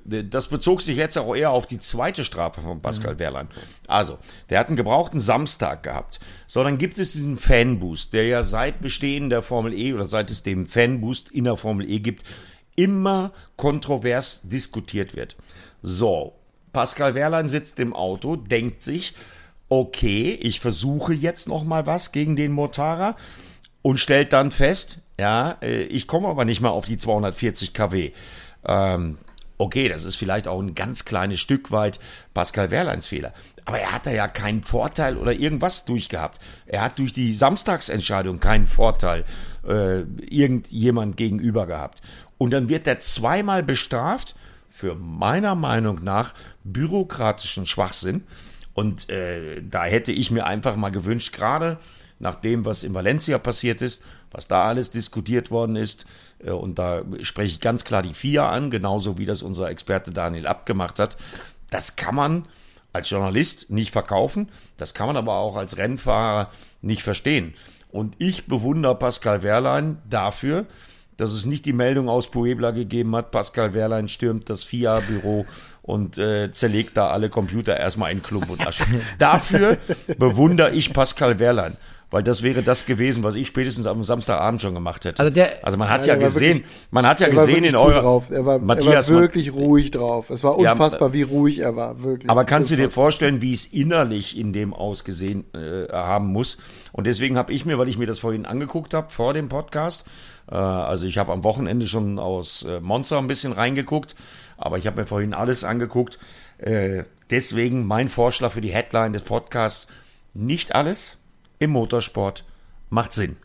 das bezog sich jetzt auch eher auf die zweite Strafe von Pascal mhm. Wehrlein. Also, der hat einen gebrauchten Samstag gehabt. So, dann gibt es diesen Fanboost, der ja seit Bestehen der Formel E oder seit es den Fanboost in der Formel E gibt, immer kontrovers diskutiert wird. So, Pascal Wehrlein sitzt im Auto, denkt sich, okay, ich versuche jetzt noch mal was gegen den Mortara und stellt dann fest, ja, ich komme aber nicht mal auf die zweihundertvierzig Kilowatt. Ähm, okay, das ist vielleicht auch ein ganz kleines Stück weit Pascal Wehrleins Fehler. Aber er hat da ja keinen Vorteil oder irgendwas durchgehabt. Er hat durch die Samstagsentscheidung keinen Vorteil äh, irgendjemand gegenüber gehabt. Und dann wird er zweimal bestraft für meiner Meinung nach bürokratischen Schwachsinn. Und äh, da hätte ich mir einfach mal gewünscht, gerade nach dem, was in Valencia passiert ist, was da alles diskutiert worden ist, äh, und da spreche ich ganz klar die F I A an, genauso wie das unser Experte Daniel Abt gemacht hat, das kann man als Journalist nicht verkaufen, das kann man aber auch als Rennfahrer nicht verstehen. Und ich bewundere Pascal Wehrlein dafür, dass es nicht die Meldung aus Puebla gegeben hat, Pascal Wehrlein stürmt das F I A-Büro und äh, zerlegt da alle Computer erstmal in Klump und Asche. Dafür bewundere ich Pascal Wehrlein, weil das wäre das gewesen, was ich spätestens am Samstagabend schon gemacht hätte. Also, der, also man hat ja, ja gesehen, wirklich, man hat ja gesehen in eurer... Drauf. Er war, Matthias, er war wirklich man, ruhig drauf. Es war unfassbar, ja, wie ruhig er war, wirklich. Aber kannst unfassbar. du dir vorstellen, wie es innerlich in dem ausgesehen äh, haben muss? Und deswegen habe ich mir, weil ich mir das vorhin angeguckt habe, vor dem Podcast, äh, also ich habe am Wochenende schon aus äh, Monza ein bisschen reingeguckt, aber ich habe mir vorhin alles angeguckt. Äh, deswegen mein Vorschlag für die Headline des Podcasts, nicht alles im Motorsport macht Sinn.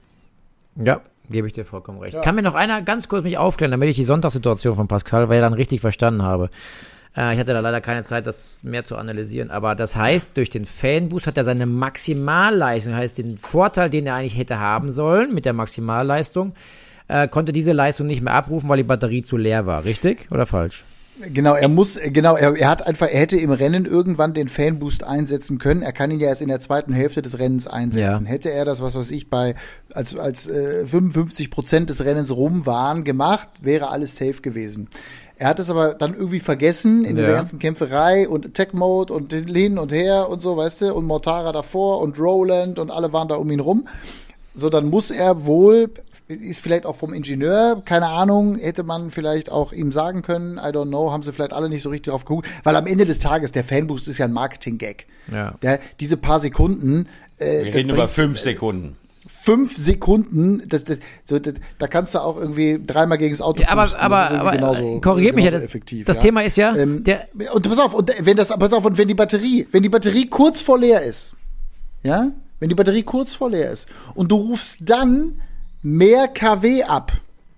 Ja, gebe ich dir vollkommen recht. Ja. Kann mir noch einer ganz kurz mich aufklären, damit ich die Sonntagssituation von Pascal Wehrlein richtig verstanden habe. Äh, ich hatte da leider keine Zeit, das mehr zu analysieren, aber das heißt, durch den Fanboost hat er seine Maximalleistung, heißt den Vorteil, den er eigentlich hätte haben sollen mit der Maximalleistung, äh, konnte diese Leistung nicht mehr abrufen, weil die Batterie zu leer war, richtig oder falsch? Genau, er muss, genau, er, er hat einfach, er hätte im Rennen irgendwann den Fanboost einsetzen können. Er kann ihn ja erst in der zweiten Hälfte des Rennens einsetzen. Ja. Hätte er das, was weiß ich, bei, als, als äh, fünfundfünfzig Prozent des Rennens rum waren, gemacht, wäre alles safe gewesen. Er hat es aber dann irgendwie vergessen in ja. dieser ganzen Kämpferei und Tech-Mode und hin und her und so, weißt du, und Mortara davor und Rowland und alle waren da um ihn rum. So, dann muss er wohl, ist vielleicht auch vom Ingenieur, keine Ahnung, hätte man vielleicht auch ihm sagen können, I don't know, haben sie vielleicht alle nicht so richtig drauf geguckt, weil am Ende des Tages, der Fanboost ist ja ein Marketing-Gag. Ja. Der, diese paar Sekunden. Äh, Wir reden über fünf Sekunden. Fünf Sekunden, das, das, so, das, da kannst du auch irgendwie dreimal gegen das Auto ja, aber, pusten. Aber, aber genauso, korrigiert mich ja, das, effektiv, das ja. Thema ist ja, ähm, der und pass auf, und wenn das, pass auf, und wenn die Batterie, wenn die Batterie kurz vor leer ist, ja, wenn die Batterie kurz vor leer ist und du rufst dann mehr KW ab,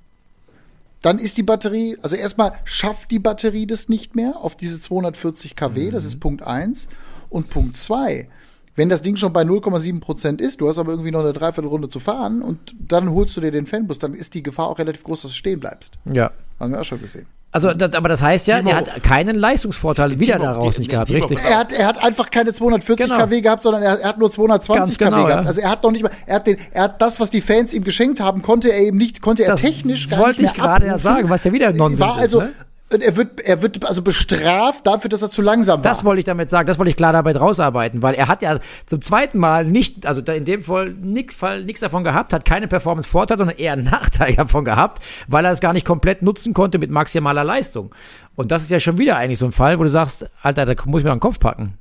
dann ist die Batterie, also erstmal schafft die Batterie das nicht mehr auf diese zweihundertvierzig Kilowatt, mhm. das ist Punkt eins. Und Punkt zwei, wenn das Ding schon bei null Komma sieben Prozent ist, du hast aber irgendwie noch eine Dreiviertelrunde zu fahren und dann holst du dir den Fanboost, dann ist die Gefahr auch relativ groß, dass du stehen bleibst. Ja. Haben wir auch schon gesehen. Also, das, aber das heißt ja, Timo, er hat keinen Leistungsvorteil Timo, wieder daraus nicht gehabt, Timo, richtig? Er hat, er hat einfach keine zweihundertvierzig genau. KW gehabt, sondern er, er hat nur zweihundertzwanzig genau, KW gehabt. Ja. Also er hat noch nicht mal, er hat den, er hat das, was die Fans ihm geschenkt haben, konnte er eben nicht, konnte er das technisch gar nicht mehr mehr abrufen. Wollte ich gerade ja sagen, was ja wieder Nonsens war also, ist, ne? Er wird, er wird also bestraft dafür, dass er zu langsam war. Das wollte ich damit sagen, das wollte ich klar dabei rausarbeiten, weil er hat ja zum zweiten Mal nicht, also in dem Fall nichts Fall, nichts davon gehabt, hat keine Performance-Vorteil, sondern eher einen Nachteil davon gehabt, weil er es gar nicht komplett nutzen konnte mit maximaler Leistung. Und das ist ja schon wieder eigentlich so ein Fall, wo du sagst, Alter, da muss ich mir einen Kopf packen.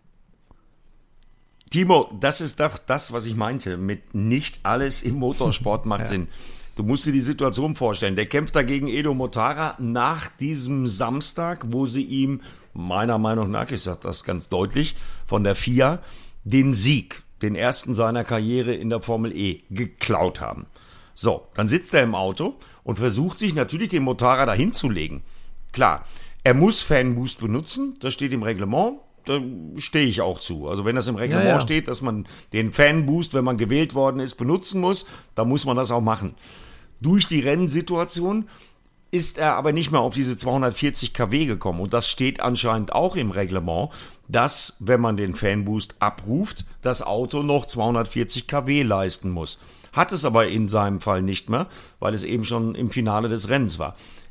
Timo, das ist doch das, was ich meinte, mit nicht alles im Motorsport macht ja. Sinn. Du musst dir die Situation vorstellen, der kämpft da gegen Edo Mortara nach diesem Samstag, wo sie ihm, meiner Meinung nach, ich sage das ganz deutlich, von der F I A, den Sieg, den ersten seiner Karriere in der Formel E, geklaut haben. So, dann sitzt er im Auto und versucht sich natürlich den Mortara dahin zu legen. Klar, er muss Fanboost benutzen, das steht im Reglement. Da stehe ich auch zu. Also wenn das im Reglement ja, ja. steht, dass man den Fanboost, wenn man gewählt worden ist, benutzen muss, dann muss man das auch machen. Durch die Rennsituation ist er aber nicht mehr auf diese zweihundertvierzig Kilowatt gekommen. Und das steht anscheinend auch im Reglement, dass, wenn man den Fanboost abruft, das Auto noch zweihundertvierzig Kilowatt leisten muss. Hat es aber in seinem Fall nicht mehr, weil es eben schon im Finale des Rennens war.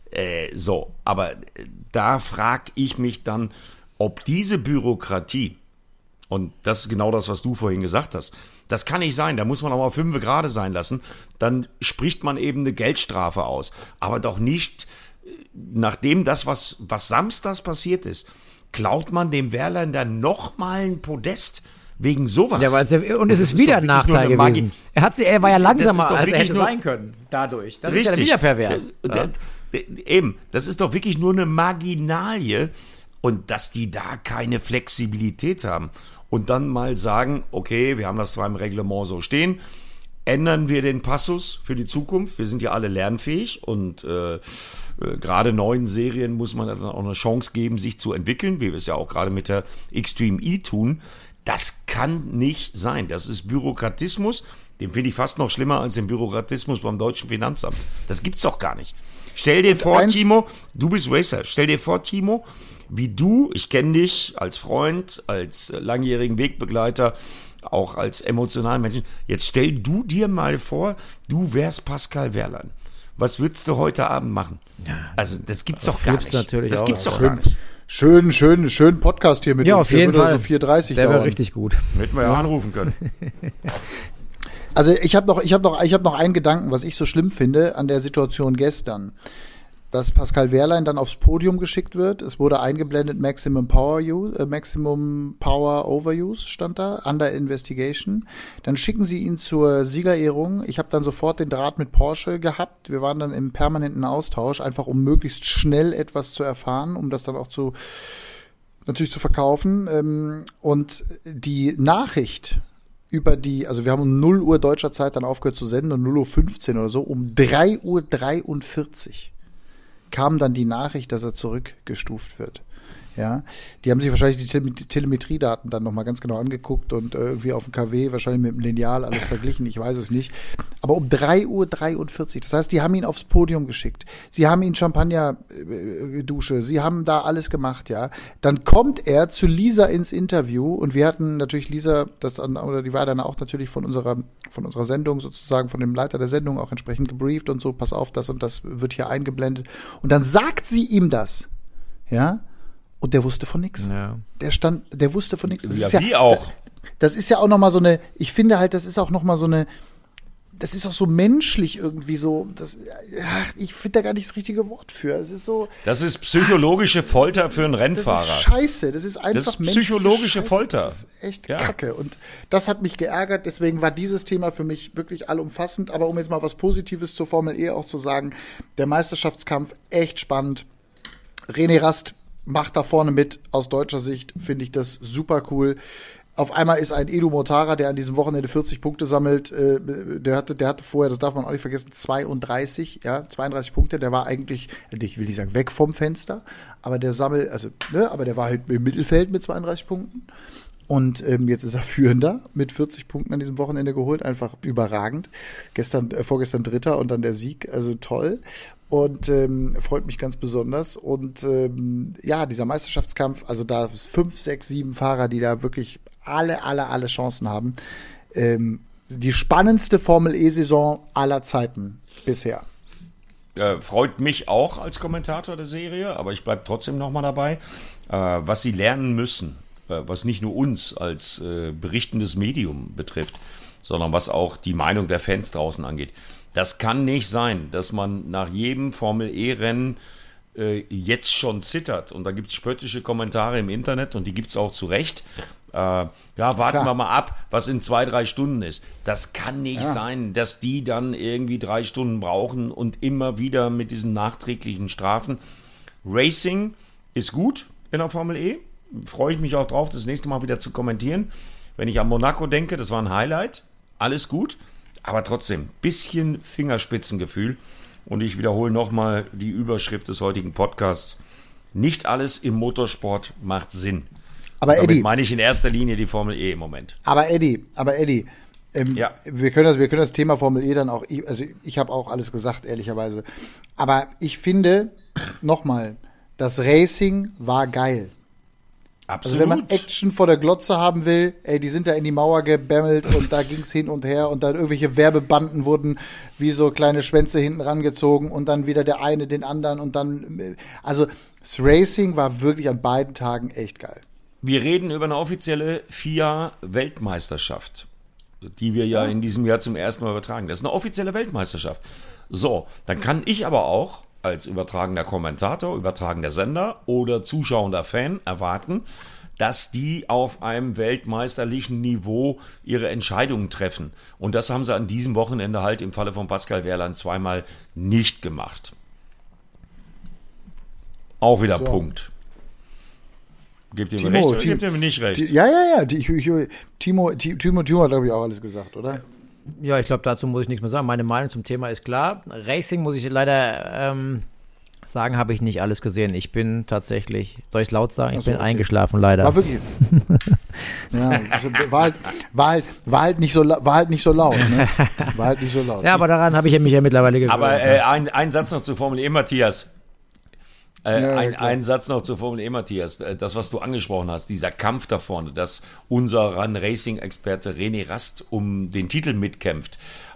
Äh, so, aber da frage ich mich dann, ob diese Bürokratie, und das ist genau das, was du vorhin gesagt hast, das kann nicht sein, da muss man auch mal fünf gerade sein lassen, dann spricht man eben eine Geldstrafe aus, aber doch nicht, nachdem das, was, was samstags passiert ist, klaut man dem Wehrlein dann nochmal ein Podest wegen sowas. Ja, weil es ja, und es ist, ist wieder ein Nachteil gewesen. Er, hat, er war ja langsamer, als er hätte sein können, dadurch. Das richtig. Ist ja wieder pervers. Das, ja. das, eben, das ist doch wirklich nur eine Marginalie und dass die da keine Flexibilität haben und dann mal sagen, okay, wir haben das zwar im Reglement so stehen, ändern wir den Passus für die Zukunft. Wir sind ja alle lernfähig und äh, äh, gerade neuen Serien muss man dann auch eine Chance geben, sich zu entwickeln, wie wir es ja auch gerade mit der Extreme E tun. Das kann nicht sein. Das ist Bürokratismus. Den finde ich fast noch schlimmer als den Bürokratismus beim deutschen Finanzamt. Das gibt's doch gar nicht. Stell dir vor, Timo, du bist Racer. Stell dir vor, Timo, wie du, ich kenne dich als Freund, als langjährigen Wegbegleiter, auch als emotionalen Menschen. Jetzt stell du dir mal vor, du wärst Pascal Wehrlein. Was würdest du heute Abend machen? Ja, also das gibt's doch gar nicht. Natürlich das auch. gibt's doch schön, gar nicht. Schön, schön, schön Podcast hier mit ja, uns. Auf jeden Fall. So vier dreißig Der wäre richtig gut. Hätten wir ja anrufen können. Also ich habe noch, ich habe noch, ich habe noch einen Gedanken, was ich so schlimm finde an der Situation gestern. Dass Pascal Wehrlein dann aufs Podium geschickt wird. Es wurde eingeblendet Maximum Power Use, äh, Maximum Power Overuse stand da, Under Investigation. Dann schicken sie ihn zur Siegerehrung. Ich habe dann sofort den Draht mit Porsche gehabt. Wir waren dann im permanenten Austausch, einfach um möglichst schnell etwas zu erfahren, um das dann auch zu natürlich zu verkaufen. Und die Nachricht über die, also wir haben um null Uhr deutscher Zeit dann aufgehört zu senden, um null Uhr fünfzehn oder so, um drei Uhr dreiundvierzig kam dann die Nachricht, dass er zurückgestuft wird. Ja, die haben sich wahrscheinlich die Tele- Telemetriedaten dann nochmal ganz genau angeguckt und äh, irgendwie auf dem K W wahrscheinlich mit dem Lineal alles verglichen, ich weiß es nicht. Aber um drei Uhr dreiundvierzig, das heißt, die haben ihn aufs Podium geschickt. Sie haben ihn Champagner-Dusche, sie haben da alles gemacht, ja. Dann kommt er zu Lisa ins Interview und wir hatten natürlich Lisa, das oder die war dann auch natürlich von unserer von unserer Sendung sozusagen, von dem Leiter der Sendung auch entsprechend gebrieft und so, pass auf, das und das wird hier eingeblendet. Und dann sagt sie ihm das, ja. Und der wusste von nichts. Ja. Der stand, der wusste von nichts. Ja, ja, wie auch. Das ist ja auch nochmal so eine, ich finde halt, das ist auch nochmal so eine, das ist auch so menschlich irgendwie so, das, ach, ich finde da gar nicht das richtige Wort für. Es ist so. Das ist psychologische Folter das, für einen Rennfahrer. Das ist scheiße. Das ist einfach das ist psychologische Scheiße. Folter. Das ist echt ja. Kacke. Und das hat mich geärgert. Deswegen war dieses Thema für mich wirklich allumfassend. Aber um jetzt mal was Positives zur Formel E auch zu sagen, der Meisterschaftskampf echt spannend. René Rast macht da vorne mit. Aus deutscher Sicht finde ich das super cool. Auf einmal ist ein Edu Mortara, der an diesem Wochenende vierzig Punkte sammelt, äh, der hatte, der hatte vorher, das darf man auch nicht vergessen, zweiunddreißig, ja, zweiunddreißig Punkte, der war eigentlich, ich will nicht sagen weg vom Fenster, aber der sammelt, also, ne, aber der war halt im Mittelfeld mit zweiunddreißig Punkten. Und ähm, jetzt ist er Führender mit vierzig Punkten an diesem Wochenende geholt, einfach überragend. Gestern, äh, vorgestern Dritter und dann der Sieg, also toll. Und ähm, freut mich ganz besonders. Und ähm, ja, dieser Meisterschaftskampf, also da fünf, sechs, sieben Fahrer, die da wirklich alle, alle, alle Chancen haben. Ähm, die spannendste Formel-E-Saison aller Zeiten bisher. Äh, freut mich auch als Kommentator der Serie, aber ich bleibe trotzdem nochmal dabei, äh, was sie lernen müssen, äh, was nicht nur uns als äh, berichtendes Medium betrifft, sondern was auch die Meinung der Fans draußen angeht. Das kann nicht sein, dass man nach jedem Formel-E-Rennen äh, jetzt schon zittert. Und da gibt es spöttische Kommentare im Internet und die gibt es auch zu Recht. Äh, ja, warten Klar. wir mal ab, was in zwei, drei Stunden ist. Das kann nicht ja. sein, dass die dann irgendwie drei Stunden brauchen und immer wieder mit diesen nachträglichen Strafen. Racing ist gut in der Formel E. Freue ich mich auch drauf, das nächste Mal wieder zu kommentieren. Wenn ich an Monaco denke, das war ein Highlight. Alles gut. Aber trotzdem, bisschen Fingerspitzengefühl. Und ich wiederhole nochmal die Überschrift des heutigen Podcasts. Nicht alles im Motorsport macht Sinn. Aber Damit Eddie, meine ich in erster Linie die Formel E im Moment. Aber Eddie, aber Eddie, ähm, ja. wir können das, wir können das Thema Formel E dann auch, also ich habe auch alles gesagt, ehrlicherweise. Aber ich finde, nochmal, das Racing war geil. Absolut. Also wenn man Action vor der Glotze haben will, ey, die sind da in die Mauer gebämmelt und da ging's hin und her und dann irgendwelche Werbebanden wurden wie so kleine Schwänze hinten rangezogen und dann wieder der eine den anderen und dann, also das Racing war wirklich an beiden Tagen echt geil. Wir reden über eine offizielle F I A-Weltmeisterschaft, die wir ja in diesem Jahr zum ersten Mal übertragen. Das ist eine offizielle Weltmeisterschaft. So, dann kann ich aber auch als übertragender Kommentator, übertragender Sender oder zuschauender Fan erwarten, dass die auf einem weltmeisterlichen Niveau ihre Entscheidungen treffen. Und das haben sie an diesem Wochenende halt im Falle von Pascal Wehrlein zweimal nicht gemacht. Auch wieder so. Punkt. Gebt ihr mir Timo, recht oder Timo, gebt ihr mir nicht recht? Die, ja, ja, ja. Die, ich, ich, Timo, Timo, Timo hat, glaube ich, auch alles gesagt, oder? Ja, ich glaube, dazu muss ich nichts mehr sagen. Meine Meinung zum Thema ist klar. Racing, muss ich leider ähm, sagen, habe ich nicht alles gesehen. Ich bin tatsächlich, soll ich es laut sagen? Ich Achso, bin okay. eingeschlafen, leider. War wirklich. Ja, war halt, war halt, war halt nicht so, war halt nicht so laut, ne? War halt nicht so laut. Ja, aber daran habe ich mich ja mittlerweile gewöhnt. Aber äh, ein, ein Satz noch zur Formel E, Matthias. Äh, Ja, ja, ein, klar. ein Satz noch zur Formel E, Matthias. Äh, Das, was du angesprochen hast, dieser Kampf da vorne, dass unser Run-Racing-Experte René Rast um den Titel mitkämpft.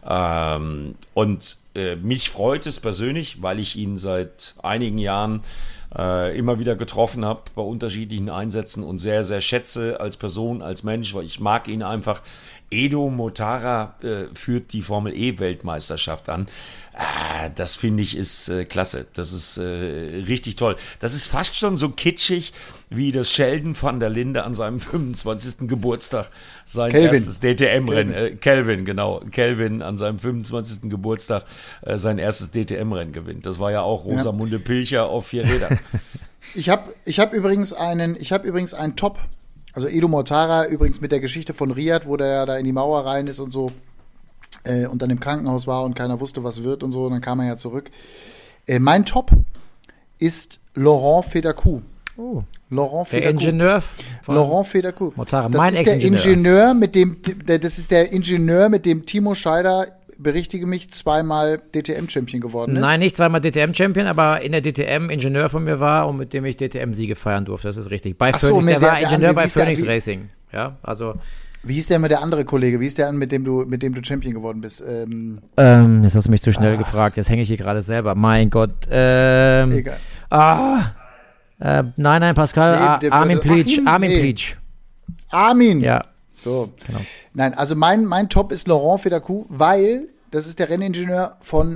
Ähm, und äh, mich freut es persönlich, weil ich ihn seit einigen Jahren äh, immer wieder getroffen habe bei unterschiedlichen Einsätzen und sehr, sehr schätze als Person, als Mensch, weil ich mag ihn einfach. Edo Mortara äh, führt die Formel E-Weltmeisterschaft an. Ah, das finde ich ist äh, klasse. Das ist äh, richtig toll. Das ist fast schon so kitschig, wie das Sheldon van der Linde an seinem fünfundzwanzigsten Geburtstag sein Kelvin. erstes D T M-Rennen, äh, Kelvin, genau, Kelvin an seinem fünfundzwanzigsten Geburtstag äh, sein erstes D T M-Rennen gewinnt. Das war ja auch Rosamunde Pilcher auf vier Rädern. Ich habe ich hab übrigens einen, ich habe übrigens einen Top. Also Edo Mortara übrigens mit der Geschichte von Riyadh, wo der ja da in die Mauer rein ist und so äh, und dann im Krankenhaus war und keiner wusste, was wird und so, und dann kam er ja zurück. Äh, mein Top ist Laurent Federkoux. Oh. Laurent Der Federkoux. Ingenieur von Laurent Federkoux. Mortara, Das mein ist der Ex-Ingenieur. Ingenieur, mit dem, der, das ist der Ingenieur, mit dem Timo Scheider, berichtige mich, zweimal D T M-Champion geworden ist. Nein, nicht zweimal D T M-Champion, aber in der D T M Ingenieur von mir war und mit dem ich D T M-Siege feiern durfte. Das ist richtig. Bei Ach so, Phoenix, mit der, der- war der Ingenieur andere, wie bei ist der- Phoenix wie- Racing. Ja, also. Wie hieß der immer der andere Kollege? Wie hieß der, mit dem du, mit dem du Champion geworden bist? Ähm, Ähm, jetzt hast du mich zu Ah. schnell gefragt. Jetzt hänge ich hier gerade selber. Mein Gott. Ähm, egal. ah, äh, nein, nein, Pascal. Nee, Ar- der- Armin Achim? Pleach. Armin Nee. Pleach. Armin. Ja. So. Genau. Nein, also mein, mein Top ist Laurent Federkoux, weil das ist der Renningenieur von,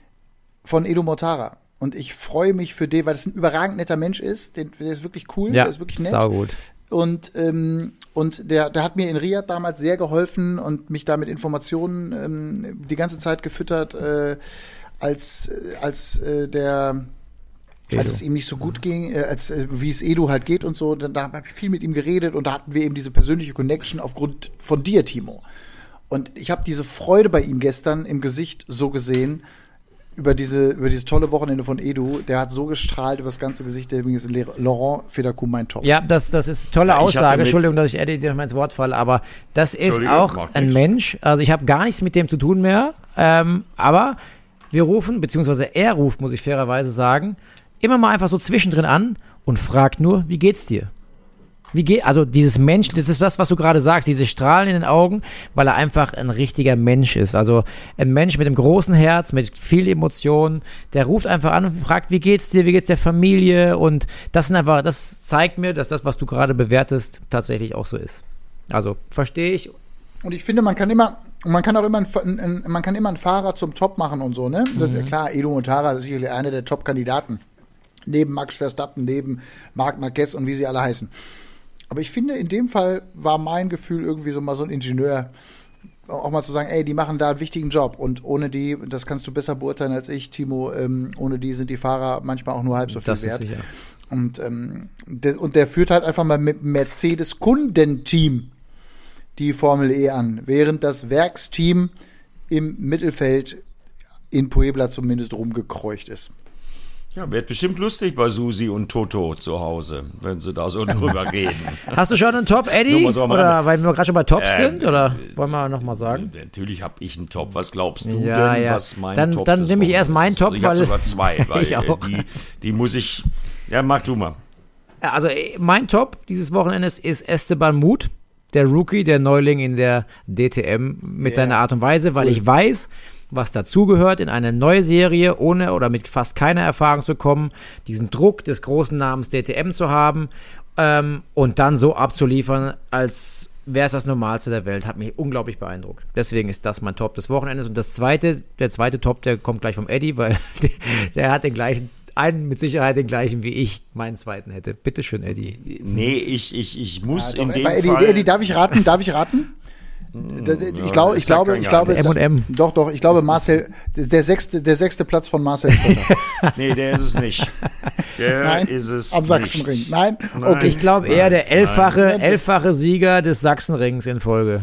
von Edo Mortara. Und ich freue mich für den, weil das ein überragend netter Mensch ist. Den, der ist wirklich cool, Ja, der ist wirklich nett. saugut. Und, ähm, und der, der hat mir in Riyadh damals sehr geholfen und mich da mit Informationen ähm, die ganze Zeit gefüttert, äh, als, äh, als äh, der Edo. als es ihm nicht so gut ging, äh, als äh, wie es Edo halt geht und so, dann, da habe ich viel mit ihm geredet und da hatten wir eben diese persönliche Connection aufgrund von dir, Timo. Und ich habe diese Freude bei ihm gestern im Gesicht so gesehen, über diese über dieses tolle Wochenende von Edu, der hat so gestrahlt über das ganze Gesicht, deswegen ist Laurent Federkoux mein Top. Ja, das, das ist eine tolle Ja, ich hatte Aussage. mit- Entschuldigung, dass ich Eddie dir mal ins Wort falle, aber das ist Entschuldigung, auch macht ein nichts. Mensch. Also ich habe gar nichts mit dem zu tun mehr. Ähm, aber wir rufen, beziehungsweise er ruft, muss ich fairerweise sagen, immer mal einfach so zwischendrin an und fragt nur, wie geht's dir? Wie geht, also dieses Mensch, das ist das, was du gerade sagst, diese Strahlen in den Augen, weil er einfach ein richtiger Mensch ist. Also ein Mensch mit einem großen Herz, mit viel Emotionen, der ruft einfach an und fragt, wie geht's dir, wie geht's der Familie? Und das sind einfach, das zeigt mir, dass das, was du gerade bewertest, tatsächlich auch so ist. Also verstehe ich. Und ich finde, man kann immer, man kann auch immer, einen, einen, man kann immer einen Fahrer zum Top machen und so, ne? Mhm. Klar, Edo Mortara ist sicherlich einer der Top-Kandidaten. Neben Max Verstappen, neben Marc Marquez und wie sie alle heißen. Aber ich finde, in dem Fall war mein Gefühl irgendwie so mal so ein Ingenieur, auch mal zu sagen, ey, die machen da einen wichtigen Job und ohne die, das kannst du besser beurteilen als ich, Timo, ähm, ohne die sind die Fahrer manchmal auch nur halb so viel Das ist wert. sicher. Und, ähm, der, und der führt halt einfach mal mit Mercedes-Kundenteam die Formel E an, während das Werksteam im Mittelfeld in Puebla zumindest rumgekreucht ist. Ja, wird bestimmt lustig bei Susi und Toto zu Hause, wenn sie da so drüber reden. Hast du schon einen Top, Nur Eddie? mal so am Oder Rande. weil wir gerade schon bei Tops Ähm, sind? Oder wollen wir nochmal sagen? Natürlich habe ich einen Top. Was glaubst du Ja, denn, ja. was mein Dann- Top dann des nehme ich erst meinen Wochenendes ist? Top, Also ich habe weil- sogar zwei, weil Ich auch. äh, die, die muss ich. Ja, mach du mal. also mein Top dieses Wochenendes ist Esteban Muth, der Rookie, der Neuling in der D T M mit Yeah. seiner Art und Weise, weil Cool. ich weiß, was dazugehört, in eine neue Serie ohne oder mit fast keiner Erfahrung zu kommen, diesen Druck des großen Namens D T M zu haben ähm, und dann so abzuliefern, als wäre es das Normalste der Welt, hat mich unglaublich beeindruckt. Deswegen ist das mein Top des Wochenendes. Und das zweite, der zweite Top, der kommt gleich vom Eddie, weil der hat den gleichen, einen mit Sicherheit den gleichen, wie ich meinen zweiten hätte. Bitte schön, Eddie. Nee, ich, ich, ich muss Ja, in doch, dem bei Eddie, Fall... Eddie, darf ich raten? Darf ich raten? Da- da- Ich glaube, ich das sagt glaube, kein ich glaube, M und M. doch, doch, ich glaube, Marcel, der sechste, der sechste Platz von Marcel Schröder. Nee, der ist es nicht. Der Nein, ist es am Sachsenring. nicht. Nein? Nein. Okay. Ich glaube eher der elffache, Nein. elffache Sieger des Sachsenrings in Folge.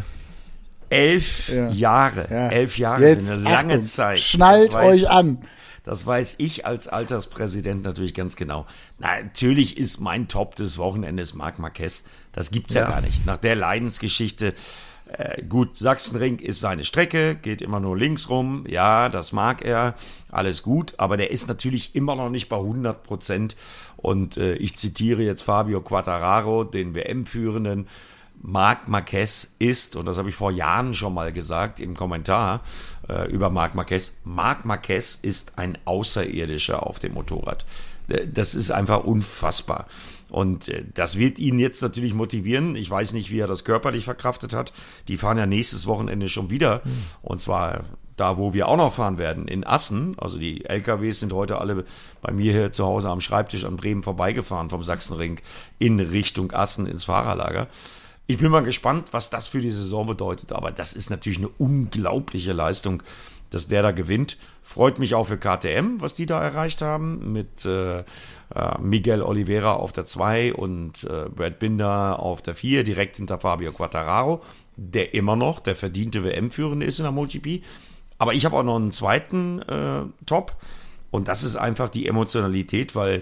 Elf Ja. Jahre. Ja. Elf Jahre Jetzt, sind eine lange Achtung, Zeit. Schnallt Das weiß- euch an. Das weiß ich als Alterspräsident natürlich ganz genau. Na, natürlich ist mein Top des Wochenendes Marc Marquez. Das gibt's ja, Ja. gar nicht. Nach der Leidensgeschichte, äh, gut, Sachsenring ist seine Strecke, geht immer nur links rum. Ja, das mag er, alles gut. Aber der ist natürlich immer noch nicht bei hundert Prozent. Und äh, ich zitiere jetzt Fabio Quartararo, den W M-Führenden. Marc Marquez ist, und das habe ich vor Jahren schon mal gesagt im Kommentar äh, über Marc Marquez, Marc Marquez ist ein Außerirdischer auf dem Motorrad. Äh, Das ist einfach unfassbar. Und äh, das wird ihn jetzt natürlich motivieren. Ich weiß nicht, wie er das körperlich verkraftet hat. Die fahren ja nächstes Wochenende schon wieder. Mhm. Und zwar da, wo wir auch noch fahren werden, in Assen. Also die L K Ws sind heute alle bei mir hier zu Hause am Schreibtisch an Bremen vorbeigefahren vom Sachsenring in Richtung Assen ins Fahrerlager. Ich bin mal gespannt, was das für die Saison bedeutet. Aber das ist natürlich eine unglaubliche Leistung, dass der da gewinnt. Freut mich auch für K T M, was die da erreicht haben. Mit äh, Miguel Oliveira auf der zwei und äh, Brad Binder auf der vier, direkt hinter Fabio Quartararo, der immer noch der verdiente W M-Führende ist in der MotoGP. Aber ich habe auch noch einen zweiten äh, Top. Und das ist einfach die Emotionalität, weil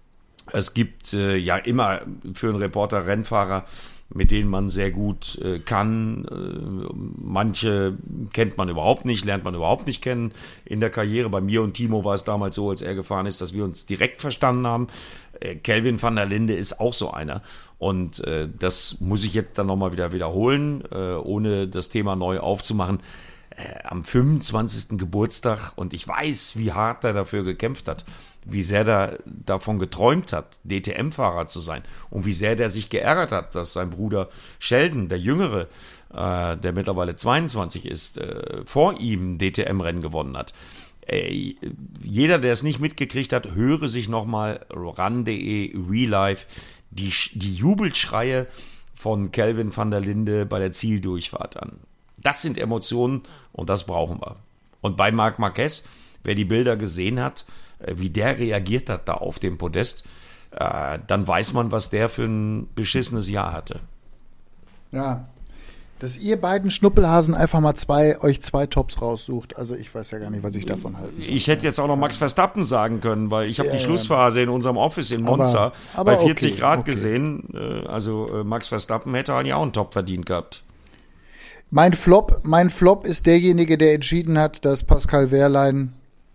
es gibt äh, ja immer für einen Reporter Rennfahrer, mit denen man sehr gut äh, kann. Äh, manche kennt man überhaupt nicht, lernt man überhaupt nicht kennen in der Karriere. Bei mir und Timo war es damals so, als er gefahren ist, dass wir uns direkt verstanden haben. Äh, Kelvin van der Linde ist auch so einer. Und äh, das muss ich jetzt dann nochmal wieder wiederholen, äh, ohne das Thema neu aufzumachen. Äh, am fünfundzwanzigsten Geburtstag, und ich weiß, wie hart er dafür gekämpft hat, wie sehr der davon geträumt hat, D T M-Fahrer zu sein und wie sehr der sich geärgert hat, dass sein Bruder Sheldon, der Jüngere, äh, der mittlerweile zweiundzwanzig ist, äh, vor ihm D T M-Rennen gewonnen hat. Äh, jeder, der es nicht mitgekriegt hat, höre sich nochmal run punkt de, Real Life, die, die Jubelschreie von Kelvin van der Linde bei der Zieldurchfahrt an. Das sind Emotionen und das brauchen wir. Und bei Marc Marquez, wer die Bilder gesehen hat, wie der reagiert hat da auf dem Podest, äh, dann weiß man, was der für ein beschissenes Jahr hatte. Ja, dass ihr beiden Schnuppelhasen einfach mal zwei, euch zwei Tops raussucht. Also ich weiß ja gar nicht, was ich davon halte. Ich hätte jetzt auch noch Max Verstappen sagen können, weil ich habe Ja, die ja. Schlussphase in unserem Office in Monza Aber- aber bei vierzig okay, Grad okay. gesehen. Äh, also äh, Max Verstappen hätte eigentlich auch einen Top verdient gehabt. Mein Flop, mein Flop ist derjenige, der entschieden hat, dass Pascal Wehrlein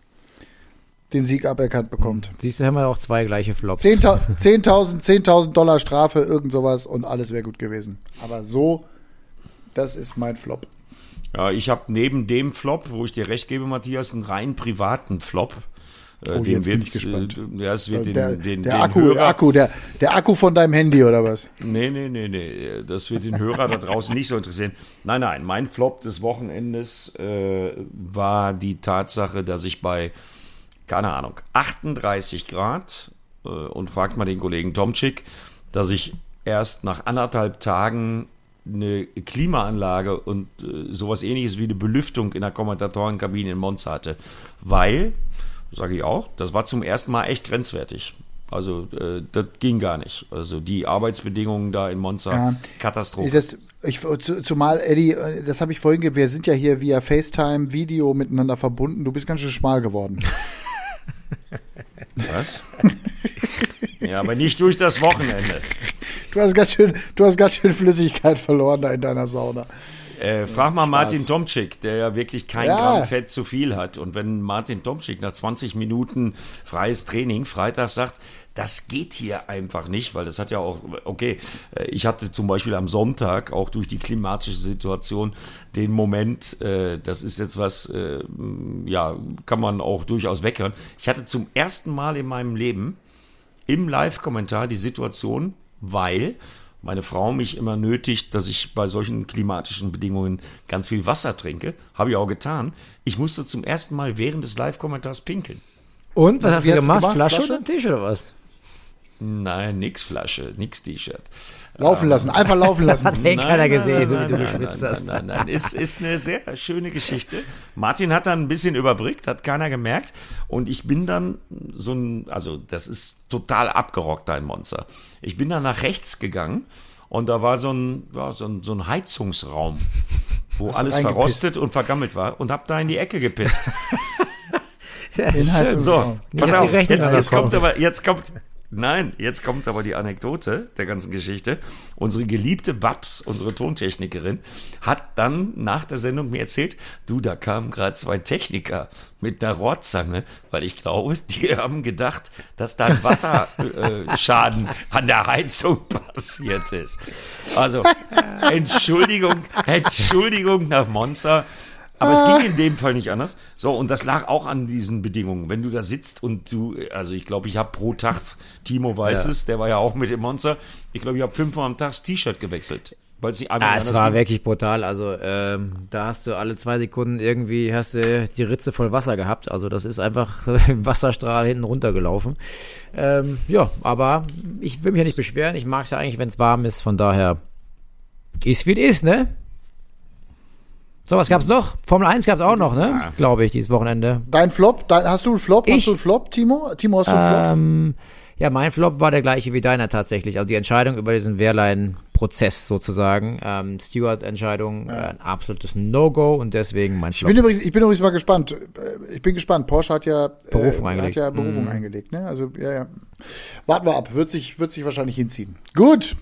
den Sieg aberkannt bekommt. Siehst du, haben wir auch zwei gleiche Flops. zehntausend zehntausend Dollar Strafe, irgend sowas und alles wäre gut gewesen. Aber so, das ist mein Flop. Ja, ich habe neben dem Flop, wo ich dir recht gebe, Matthias, einen rein privaten Flop. Äh, Oh, den jetzt bin wird, ich gespannt. Äh, ja, es wird den, der den, der den Akku, Hörer, der Akku, der, der Akku von deinem Handy oder was? Nee, nee, nee, nee. Das wird den Hörer da draußen nicht so interessieren. Nein, nein, mein Flop des Wochenendes äh, war die Tatsache, dass ich bei, keine Ahnung, achtunddreißig Grad äh, und fragt mal den Kollegen Tomczyk, dass ich erst nach anderthalb Tagen eine Klimaanlage und äh, sowas ähnliches wie eine Belüftung in der Kommentatorenkabine in Monza hatte. Weil, sage ich auch, das war zum ersten Mal echt grenzwertig. Also äh, das ging gar nicht. Also die Arbeitsbedingungen da in Monza, Ja. Katastrophe. Das, ich, zu- zumal, Eddie, das habe ich vorhin ge- wir sind ja hier via FaceTime Video miteinander verbunden. Du bist ganz schön schmal geworden. Was? Ja, aber nicht durch das Wochenende. Du hast ganz schön, du hast ganz schön Flüssigkeit verloren da in deiner Sauna. Äh, frag mal Spaß. Martin Tomczyk, der ja wirklich kein Ja. Gramm Fett zu viel hat. Und wenn Martin Tomczyk nach zwanzig Minuten freies Training Freitag sagt, das geht hier einfach nicht, weil das hat ja auch, okay, äh, ich hatte zum Beispiel am Sonntag auch durch die klimatische Situation den Moment, äh, das ist jetzt was, äh, ja, kann man auch durchaus weghören. Ich hatte zum ersten Mal in meinem Leben im Live-Kommentar die Situation, weil meine Frau mich immer nötigt, dass ich bei solchen klimatischen Bedingungen ganz viel Wasser trinke. Habe ich auch getan. Ich musste zum ersten Mal während des Live-Kommentars pinkeln. Und, was Wie hast du hast du gemacht? gemacht? Flasche, Flasche? oder ein T-Shirt oder was? Nein, nix Flasche, nix T-Shirt. Laufen lassen, einfach laufen lassen. Hat eh keiner gesehen, so wie du nein, geschwitzt nein, hast. Nein, nein, nein, ist, ist eine sehr schöne Geschichte. Martin hat dann ein bisschen überbrückt, hat keiner gemerkt. Und ich bin dann so ein, also das ist total abgerockt, dein Monster. Ich bin dann nach rechts gegangen und da war so ein, ja, so ein, so ein Heizungsraum, wo Hast du alles reingepisst? verrostet und vergammelt war und hab da in die Ecke gepisst. In Heizungsraum. So, pass Jetzt die auf, Rechnung jetzt, jetzt angekommen. kommt aber, jetzt kommt, nein, jetzt kommt aber die Anekdote der ganzen Geschichte. Unsere geliebte Babs, unsere Tontechnikerin, hat dann nach der Sendung mir erzählt, du, da kamen gerade zwei Techniker mit einer Rohrzange, weil ich glaube, die haben gedacht, dass da ein Wasserschaden äh, Schaden an der Heizung passiert ist. Also, Entschuldigung, Entschuldigung nach Monster. Aber es ging in dem Fall nicht anders. So, und das lag auch an diesen Bedingungen. Wenn du da sitzt und du, also ich glaube, ich habe pro Tag, Timo weiß Ja. es, der war ja auch mit dem Monster, ich glaube, ich habe fünfmal am Tag das T-Shirt gewechselt. Weil es nicht einfach Ah, es anders war ging. wirklich brutal. Also ähm, da hast du alle zwei Sekunden irgendwie hast du die Ritze voll Wasser gehabt. Also das ist einfach im Wasserstrahl hinten runtergelaufen. Ähm, ja, aber ich will mich ja nicht beschweren. Ich mag es ja eigentlich, wenn es warm ist. Von daher ist wie es ist, ne? So, was gab's noch? Formel eins gab's auch noch, ne? Glaube ich, dieses Wochenende. Dein Flop, dein, hast du einen Flop? Hast Ich? du einen Flop, Timo? Timo, hast du einen Flop? Ähm, ja, mein Flop war der gleiche wie deiner tatsächlich. Also die Entscheidung über diesen Wehrlein-Prozess sozusagen. Ähm, Stewart-Entscheidung, äh, ein absolutes No-Go und deswegen mein Ich Flop. bin, übrigens, ich bin übrigens mal gespannt. Äh, Ich bin gespannt. Porsche hat ja Berufung äh, eingelegt. Hat ja Berufung Mhm. eingelegt. Ne? Also, ja, ja. Warten wir ab. Wird sich, wird sich wahrscheinlich hinziehen. Gut.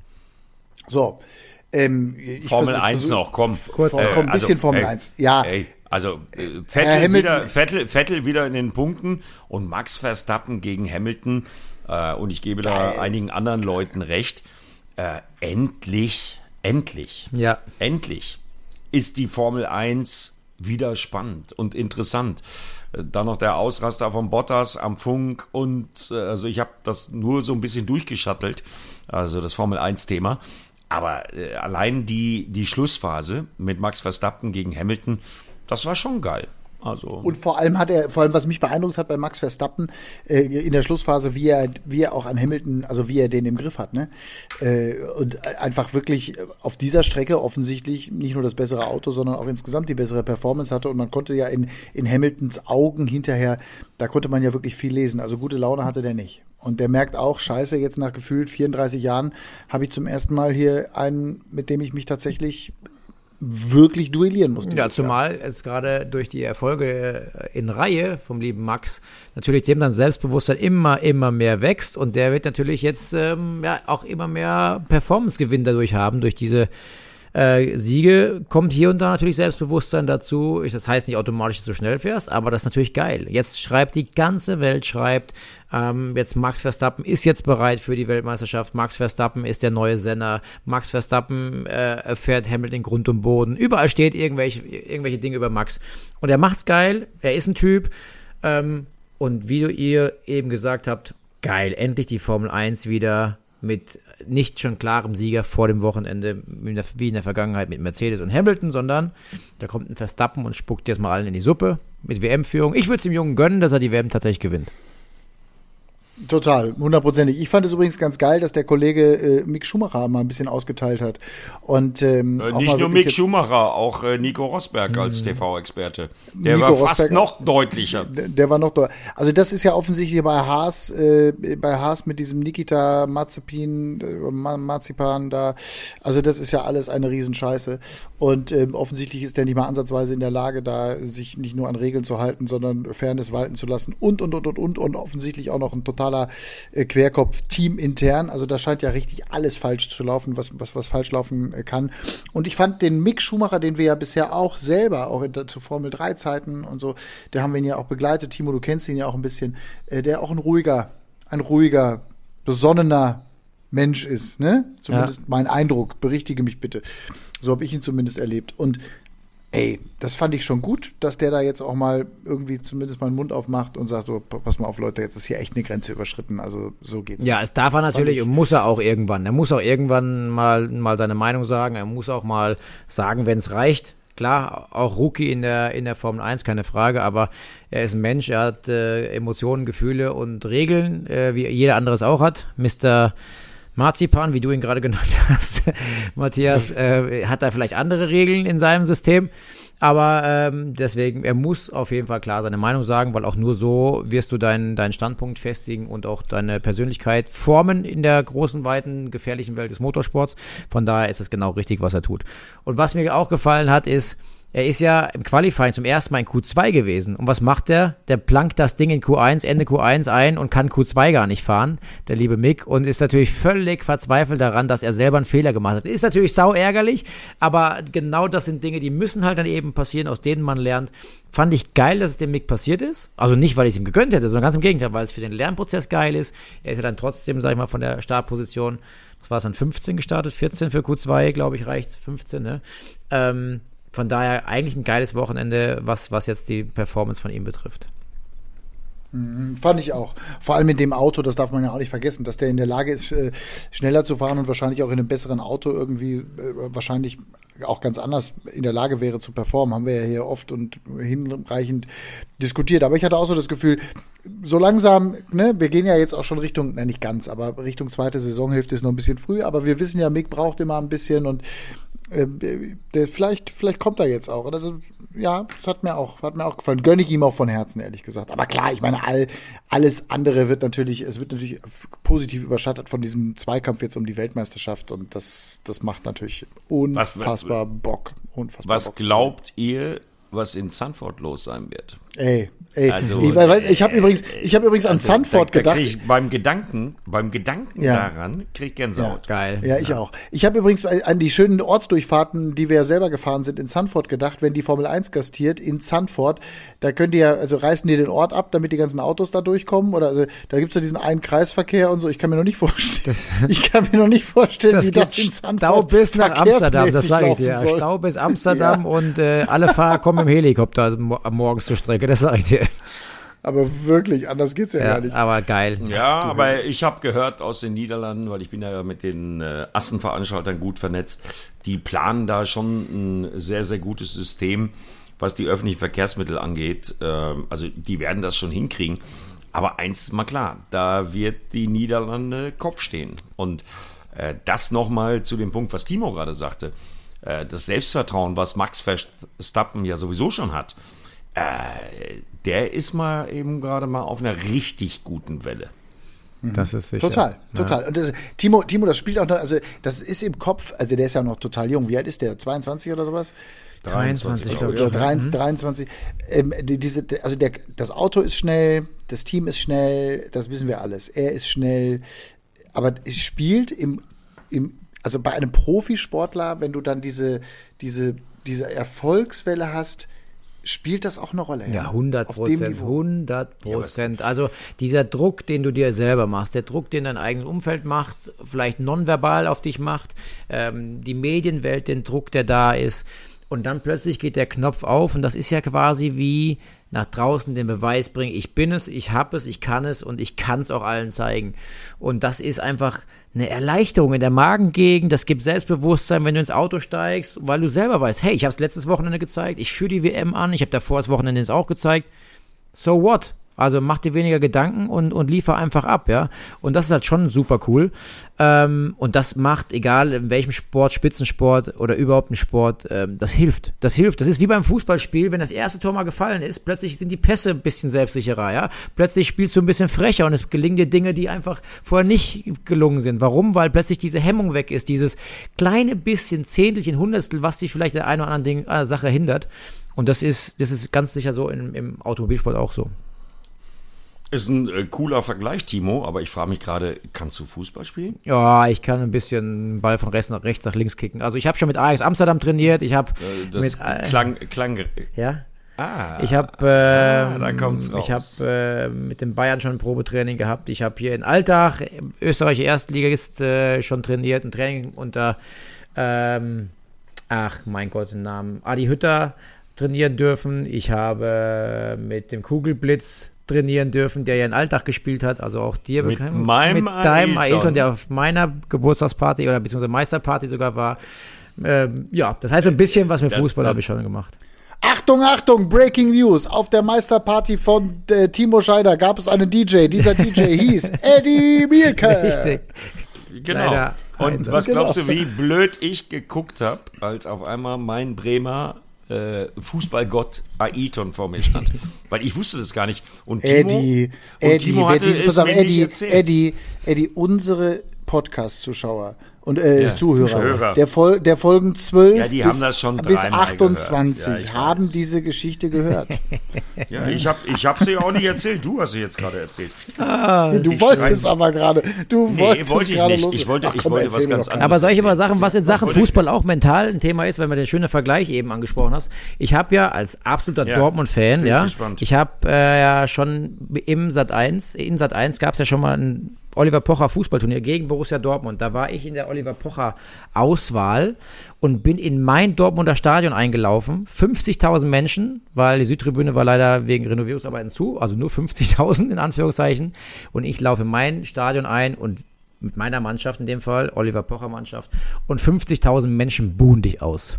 So. Ähm, ich Formel vers- eins versuch- noch, komm. Kurz, komm, ein bisschen Formel ey, eins. Ja. Ey, also äh, Herr Vettel Hamilton- wieder, Vettel, Vettel wieder in den Punkten und Max Verstappen gegen Hamilton. Äh, und ich gebe da Geil. einigen anderen Leuten recht. Äh, endlich, endlich, Ja. endlich ist die Formel eins wieder spannend und interessant. Äh, Dann noch der Ausraster von Bottas am Funk und äh, also ich habe das nur so ein bisschen durchgeschattelt, also das Formel eins Thema. Aber äh, allein die, die Schlussphase mit Max Verstappen gegen Hamilton, das war schon geil. Also Und vor allem hat er, vor allem was mich beeindruckt hat bei Max Verstappen äh, in der Schlussphase, wie er, wie er auch an Hamilton, also wie er den im Griff hat, ne? Äh, und einfach wirklich auf dieser Strecke offensichtlich nicht nur das bessere Auto, sondern auch insgesamt die bessere Performance hatte. Und man konnte ja in, in Hamiltons Augen hinterher, da konnte man ja wirklich viel lesen. Also gute Laune hatte der nicht. Und der merkt auch, scheiße, jetzt nach gefühlt vierunddreißig Jahren habe ich zum ersten Mal hier einen, mit dem ich mich tatsächlich wirklich duellieren musste. Ja, dieses Jahr. zumal es gerade durch die Erfolge äh, in Reihe vom lieben Max natürlich dem dann Selbstbewusstsein immer, immer mehr wächst und der wird natürlich jetzt ähm, ja auch immer mehr Performance-Gewinn dadurch haben, durch diese äh, Siege kommt hier und da natürlich Selbstbewusstsein dazu. Ich, das heißt nicht automatisch, dass du schnell fährst, aber das ist natürlich geil. Jetzt schreibt die ganze Welt, schreibt, ähm, jetzt Max Verstappen ist jetzt bereit für die Weltmeisterschaft. Max Verstappen ist der neue Senna. Max Verstappen äh, fährt Hamilton Grund und Boden. Überall steht irgendwelche, irgendwelche Dinge über Max. Und er macht's geil. Er ist ein Typ. Ähm, und wie du ihr eben gesagt habt, geil. Endlich die Formel eins wieder mit nicht schon klarem Sieger vor dem Wochenende, wie in der Vergangenheit mit Mercedes und Hamilton, sondern da kommt ein Verstappen und spuckt jetzt mal allen in die Suppe mit W M-Führung. Ich würde es dem Jungen gönnen, dass er die W M tatsächlich gewinnt. Total, hundertprozentig. Ich fand es übrigens ganz geil, dass der Kollege äh, Mick Schumacher mal ein bisschen ausgeteilt hat. Und ähm, Äh, auch nicht mal nur wirklich Mick jetzt- Schumacher, auch äh, Nico Rosberg als T V-Experte. Der Nico war fast Rosberg- noch deutlicher. Der, der war noch da. Also das ist ja offensichtlich bei Haas, äh, bei Haas mit diesem Nikita Mazepin, äh, Ma- Marzipan da. Also das ist ja alles eine Riesenscheiße. Und ähm, offensichtlich ist der nicht mal ansatzweise in der Lage, da sich nicht nur an Regeln zu halten, sondern Fairness walten zu lassen und und und und und und offensichtlich auch noch ein total totaler äh, Querkopf, teamintern. Also da scheint ja richtig alles falsch zu laufen, was, was, was falsch laufen äh, kann. Und ich fand den Mick Schumacher, den wir ja bisher auch selber, auch in, zu Formel drei Zeiten und so, der haben wir ihn ja auch begleitet. Timo, du kennst ihn ja auch ein bisschen, äh, der auch ein ruhiger, ein ruhiger, besonnener Mensch ist, ne? Zumindest ja. Mein Eindruck, berichtige mich bitte. So habe ich ihn zumindest erlebt. Und ey, das fand ich schon gut, dass der da jetzt auch mal irgendwie zumindest mal den Mund aufmacht und sagt so, pass mal auf, Leute, jetzt ist hier echt eine Grenze überschritten, also so geht's. Ja, es darf er natürlich und muss er auch irgendwann. Er muss auch irgendwann mal, mal seine Meinung sagen, er muss auch mal sagen, wenn es reicht. Klar, auch Rookie in der, in der Formel eins, keine Frage, aber er ist ein Mensch, er hat äh, Emotionen, Gefühle und Regeln, äh, wie jeder andere es auch hat. Mister Marzipan, wie du ihn gerade genannt hast, Matthias, äh, hat da vielleicht andere Regeln in seinem System, aber ähm, deswegen, er muss auf jeden Fall klar seine Meinung sagen, weil auch nur so wirst du deinen, deinen Standpunkt festigen und auch deine Persönlichkeit formen in der großen, weiten, gefährlichen Welt des Motorsports. Von daher ist es genau richtig, was er tut. Und was mir auch gefallen hat, ist, er ist ja im Qualifying zum ersten Mal in Q zwei gewesen. Und was macht er? Der plankt das Ding in Q eins, Ende Q eins ein und kann Q zwei gar nicht fahren, der liebe Mick. Und ist natürlich völlig verzweifelt daran, dass er selber einen Fehler gemacht hat. Ist natürlich sau ärgerlich, aber genau das sind Dinge, die müssen halt dann eben passieren, aus denen man lernt. Fand ich geil, dass es dem Mick passiert ist. Also nicht, weil ich es ihm gegönnt hätte, sondern ganz im Gegenteil, weil es für den Lernprozess geil ist. Er ist ja dann trotzdem, sag ich mal, von der Startposition, was war es dann, fünfzehn gestartet? vierzehn für Q zwei, glaube ich, reicht's. fünfzehn, ne? Ähm, Von daher eigentlich ein geiles Wochenende, was, was jetzt die Performance von ihm betrifft. Mhm, fand ich auch. Vor allem mit dem Auto, das darf man ja auch nicht vergessen, dass der in der Lage ist, äh, schneller zu fahren und wahrscheinlich auch in einem besseren Auto irgendwie äh, wahrscheinlich auch ganz anders in der Lage wäre zu performen. Haben wir ja hier oft und hinreichend diskutiert. Aber ich hatte auch so das Gefühl, so langsam, ne, wir gehen ja jetzt auch schon Richtung, ne, nicht ganz, aber Richtung zweite Saisonhälfte ist noch ein bisschen früh. Aber wir wissen ja, Mick braucht immer ein bisschen und äh, der, vielleicht, vielleicht kommt er jetzt auch. Also, ja, das hat mir auch, hat mir auch gefallen. Gönne ich ihm auch von Herzen, ehrlich gesagt. Aber klar, ich meine, all, alles andere wird natürlich, es wird natürlich positiv überschattet von diesem Zweikampf jetzt um die Weltmeisterschaft und das, das macht natürlich unfassbar was, Bock. Unfassbar was Bock glaubt ihr, was in Zandvoort los sein wird? Ey, ey, also, ich, äh, ich habe übrigens, ich habe übrigens an also, Zandvoort da, da gedacht. Ich beim Gedanken, beim Gedanken ja. daran krieg ich Gänsehaut. Ja. Geil. Ja, ich ja. auch. Ich habe übrigens an die schönen Ortsdurchfahrten, die wir ja selber gefahren sind, in Zandvoort gedacht, wenn die Formel eins gastiert in Zandvoort, da könnt ihr ja, also reißen die den Ort ab, damit die ganzen Autos da durchkommen oder also, da gibt's ja diesen einen Kreisverkehr und so. Ich kann mir noch nicht vorstellen, das, ich kann mir noch nicht vorstellen, das wie das in Zandvoort Stau bis nach Amsterdam, das sage ich dir. Soll. Stau bis Amsterdam ja. und äh, alle Fahrer kommen im Helikopter also, morgens zur Strecke, das sage ich dir. Aber wirklich, anders geht's ja, ja gar nicht. Aber geil. Ja, Ach, aber ich habe gehört aus den Niederlanden, weil ich bin ja mit den äh, Assenveranstaltern gut vernetzt, die planen da schon ein sehr, sehr gutes System, was die öffentlichen Verkehrsmittel angeht. Ähm, also die werden das schon hinkriegen. Aber eins ist mal klar, da wird die Niederlande Kopf stehen. Und äh, das nochmal zu dem Punkt, was Timo gerade sagte. Äh, das Selbstvertrauen, was Max Verstappen ja sowieso schon hat, äh, der ist mal eben gerade mal auf einer richtig guten Welle. Das ist sicher. Total, total. Ja. Und das, Timo, Timo, das spielt auch noch, also das ist im Kopf, also der ist ja noch total jung. Wie alt ist der? zweiundzwanzig oder sowas? dreiundzwanzig, glaube ich. Oder dreiundzwanzig. Ähm, diese, also der, das Auto ist schnell, das Team ist schnell, das wissen wir alles. Er ist schnell, aber es spielt im, im, also bei einem Profisportler, wenn du dann diese, diese, diese Erfolgswelle hast, spielt das auch eine Rolle? Ja, hundert Prozent, hundert Prozent. Also dieser Druck, den du dir selber machst, der Druck, den dein eigenes Umfeld macht, vielleicht nonverbal auf dich macht, ähm, die Medienwelt, den Druck, der da ist und dann plötzlich geht der Knopf auf und das ist ja quasi wie nach draußen den Beweis bringen, ich bin es, ich habe es, ich kann es und ich kann es auch allen zeigen. Und das ist einfach eine Erleichterung in der Magengegend, das gibt Selbstbewusstsein, wenn du ins Auto steigst, weil du selber weißt, hey, ich habe es letztes Wochenende gezeigt, ich führe die W M an, ich habe davor das Wochenende jetzt auch gezeigt, so what? Also mach dir weniger Gedanken und, und liefer einfach ab, ja. Und das ist halt schon super cool. Ähm, und das macht, egal in welchem Sport, Spitzensport oder überhaupt ein Sport, ähm, das hilft. Das hilft. Das ist wie beim Fußballspiel, wenn das erste Tor mal gefallen ist, plötzlich sind die Pässe ein bisschen selbstsicherer, ja. Plötzlich spielst du ein bisschen frecher und es gelingen dir Dinge, die einfach vorher nicht gelungen sind. Warum? Weil plötzlich diese Hemmung weg ist, dieses kleine bisschen, Zehntelchen, Hundertstel, was dich vielleicht der einen oder anderen Ding, äh, Sache hindert. Und das ist, das ist ganz sicher so im, im Automobilsport auch so. Ist ein äh, cooler Vergleich, Timo, aber ich frage mich gerade, kannst du Fußball spielen? Ja, ich kann ein bisschen Ball von rechts nach rechts nach links kicken. Also ich habe schon mit Ajax Amsterdam trainiert. Ich habe Äh, das mit äh, klang, klang. ja. Ah, Ich habe ähm, ah, da kommt's raus. ich habe äh, mit den Bayern schon ein Probetraining gehabt. Ich habe hier in Altach, im österreichische Erstligist, äh, schon trainiert, ein Training unter, ähm, ach mein Gott, den Namen, Adi Hütter trainieren dürfen. Ich habe mit dem Kugelblitz trainieren dürfen, der ja in Altach gespielt hat, also auch dir Mit bekannt. meinem mit deinem Ailton. Ailton, der auf meiner Geburtstagsparty oder beziehungsweise Meisterparty sogar war. Ähm, ja, das heißt so ein bisschen was mit Fußball habe ich schon gemacht. Achtung, Achtung, Breaking News. Auf der Meisterparty von äh, Timo Scheider gab es einen D J. Dieser D J hieß Eddie Mielke. Richtig. Genau. Leider Und einsam. was glaubst Genau. du, wie blöd ich geguckt habe, als auf einmal mein Bremer äh, Fußballgott Ailton vor mir stand? Weil ich wusste das gar nicht. Und Timo, Eddie, und Eddie, Timo wer hatte dies, es pass auf, mir nicht Eddie, erzählt. Eddie, Eddie, unsere Podcast-Zuschauer und äh, Ja, Zuhörer, Zuhörer. Der, Fol der Folgen zwölf Ja, die bis, haben das schon bis dreimal achtundzwanzig gehört. Ja, ich haben weiß. diese Geschichte gehört. Ja, ich habe ich hab sie auch nicht erzählt. Du hast sie jetzt gerade erzählt. du ich wolltest schreibe- aber gerade, du Nee, wolltest wollte ich gerade nicht. los. Ich wollte- Ach, ich komm, wollte erzähl was mir ganz doch anderes. Aber soll ich erzählen. aber sagen, was in Sachen wollte ich- Fußball auch mental ein Thema ist, wenn man den schönen Vergleich eben angesprochen hast? Ich habe ja als absoluter Ja, Dortmund-Fan, bin ja, gespannt. ich habe äh, ja schon im Sat eins, in Sat eins gab es ja schon mal ein Oliver Pocher Fußballturnier gegen Borussia Dortmund. Da war ich in der Oliver Pocher Auswahl und bin in mein Dortmunder Stadion eingelaufen. fünfzigtausend Menschen, weil die Südtribüne war leider wegen Renovierungsarbeiten zu, also nur fünfzigtausend in Anführungszeichen. Und ich laufe in mein Stadion ein und mit meiner Mannschaft in dem Fall, Oliver Pocher Mannschaft, und fünfzigtausend Menschen buhen dich aus.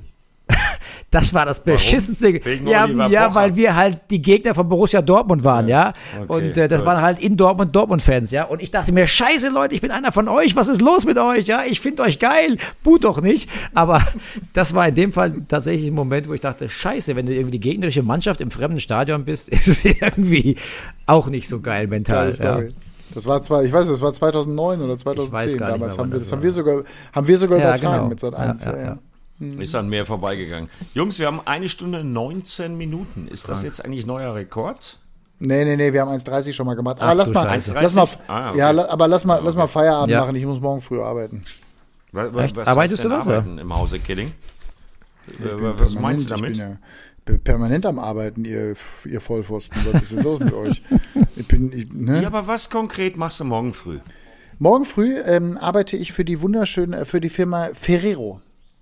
Das war das beschissenste. Wegen Ja, Oliver ja, Pocher? weil wir halt die Gegner von Borussia Dortmund waren, ja. okay, und äh, das gut. waren halt in Dortmund Dortmund-Fans, ja. Und ich dachte mir, scheiße, Leute, ich bin einer von euch, was ist los mit euch, ja? Ich finde euch geil, buht doch nicht. Aber das war in dem Fall tatsächlich ein Moment, wo ich dachte, scheiße, wenn du irgendwie die gegnerische Mannschaft im fremden Stadion bist, ist es irgendwie auch nicht so geil mental. Geile Story. Ja. Das war zwar, ich weiß, das war zweitausendneun oder zweitausendzehn. gar nicht Damals mehr, haben wann wir das das haben war. wir sogar, haben wir sogar Ja, übertragen genau. mit Sat eins. Ja, Ja, ja, ja. ja. Ist an mir vorbeigegangen. Jungs, wir haben eine Stunde neunzehn Minuten. Ist das jetzt eigentlich neuer Rekord? Nee, nee, nee, wir haben eins dreißig schon mal gemacht. Ach Aber lass du mal, Scheiße. lass mal, Ah, okay. ja, la- aber lass mal, lass mal Feierabend Ja. machen. Ich muss morgen früh arbeiten. Was, was Echt? heißt Arbeitest denn du was, arbeiten im Hause Killing? Ich Äh, bin was permanent- meinst du Ich damit? bin ja pe- permanent am Arbeiten, ihr, ihr Vollpfosten. Was ist denn los mit euch? Ich bin, ich, ne? Ja, aber was konkret machst du morgen früh? Morgen früh ähm, arbeite ich für die wunderschöne, für die Firma Ferrero.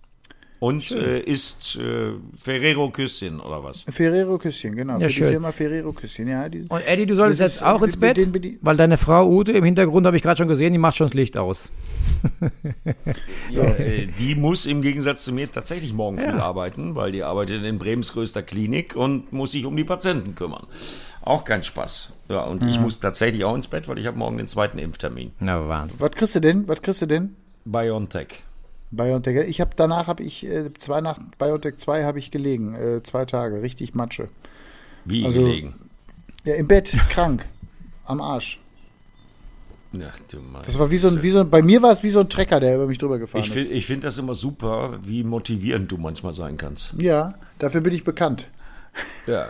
Und äh, ist äh, Ferrero Küsschen oder was? Ferrero Küsschen, genau. Ja, für schön. die Firma Ferrero Küsschen, ja. Die, Und Eddie, du solltest Das jetzt ist, auch äh, ins Bett, den bin ich- weil deine Frau Ute im Hintergrund, habe ich gerade schon gesehen, die macht schon das Licht aus. so. Äh, die muss im Gegensatz zu mir tatsächlich morgen früh arbeiten, weil die arbeitet in Bremens größter Klinik und muss sich um die Patienten kümmern. Auch kein Spaß. Ja, und ich muss tatsächlich auch ins Bett, weil ich habe morgen den zweiten Impftermin. Na, Wahnsinn. Was kriegst du denn? Was kriegst du denn? BioNTech. BioNTech. Ich habe danach habe ich äh, zwei nach BioNTech zwei habe ich gelegen, äh, zwei Tage, richtig Matsche. Wie Also- gelegen? Ja, im Bett, krank, am Arsch. Ja, du mein Das war wie so ein, wie so ein, bei mir war es wie so ein Trecker, der über mich drüber gefahren Ich ist. finde ich find das immer super, wie motivierend du manchmal sein kannst. Ja, dafür bin ich bekannt. Ja.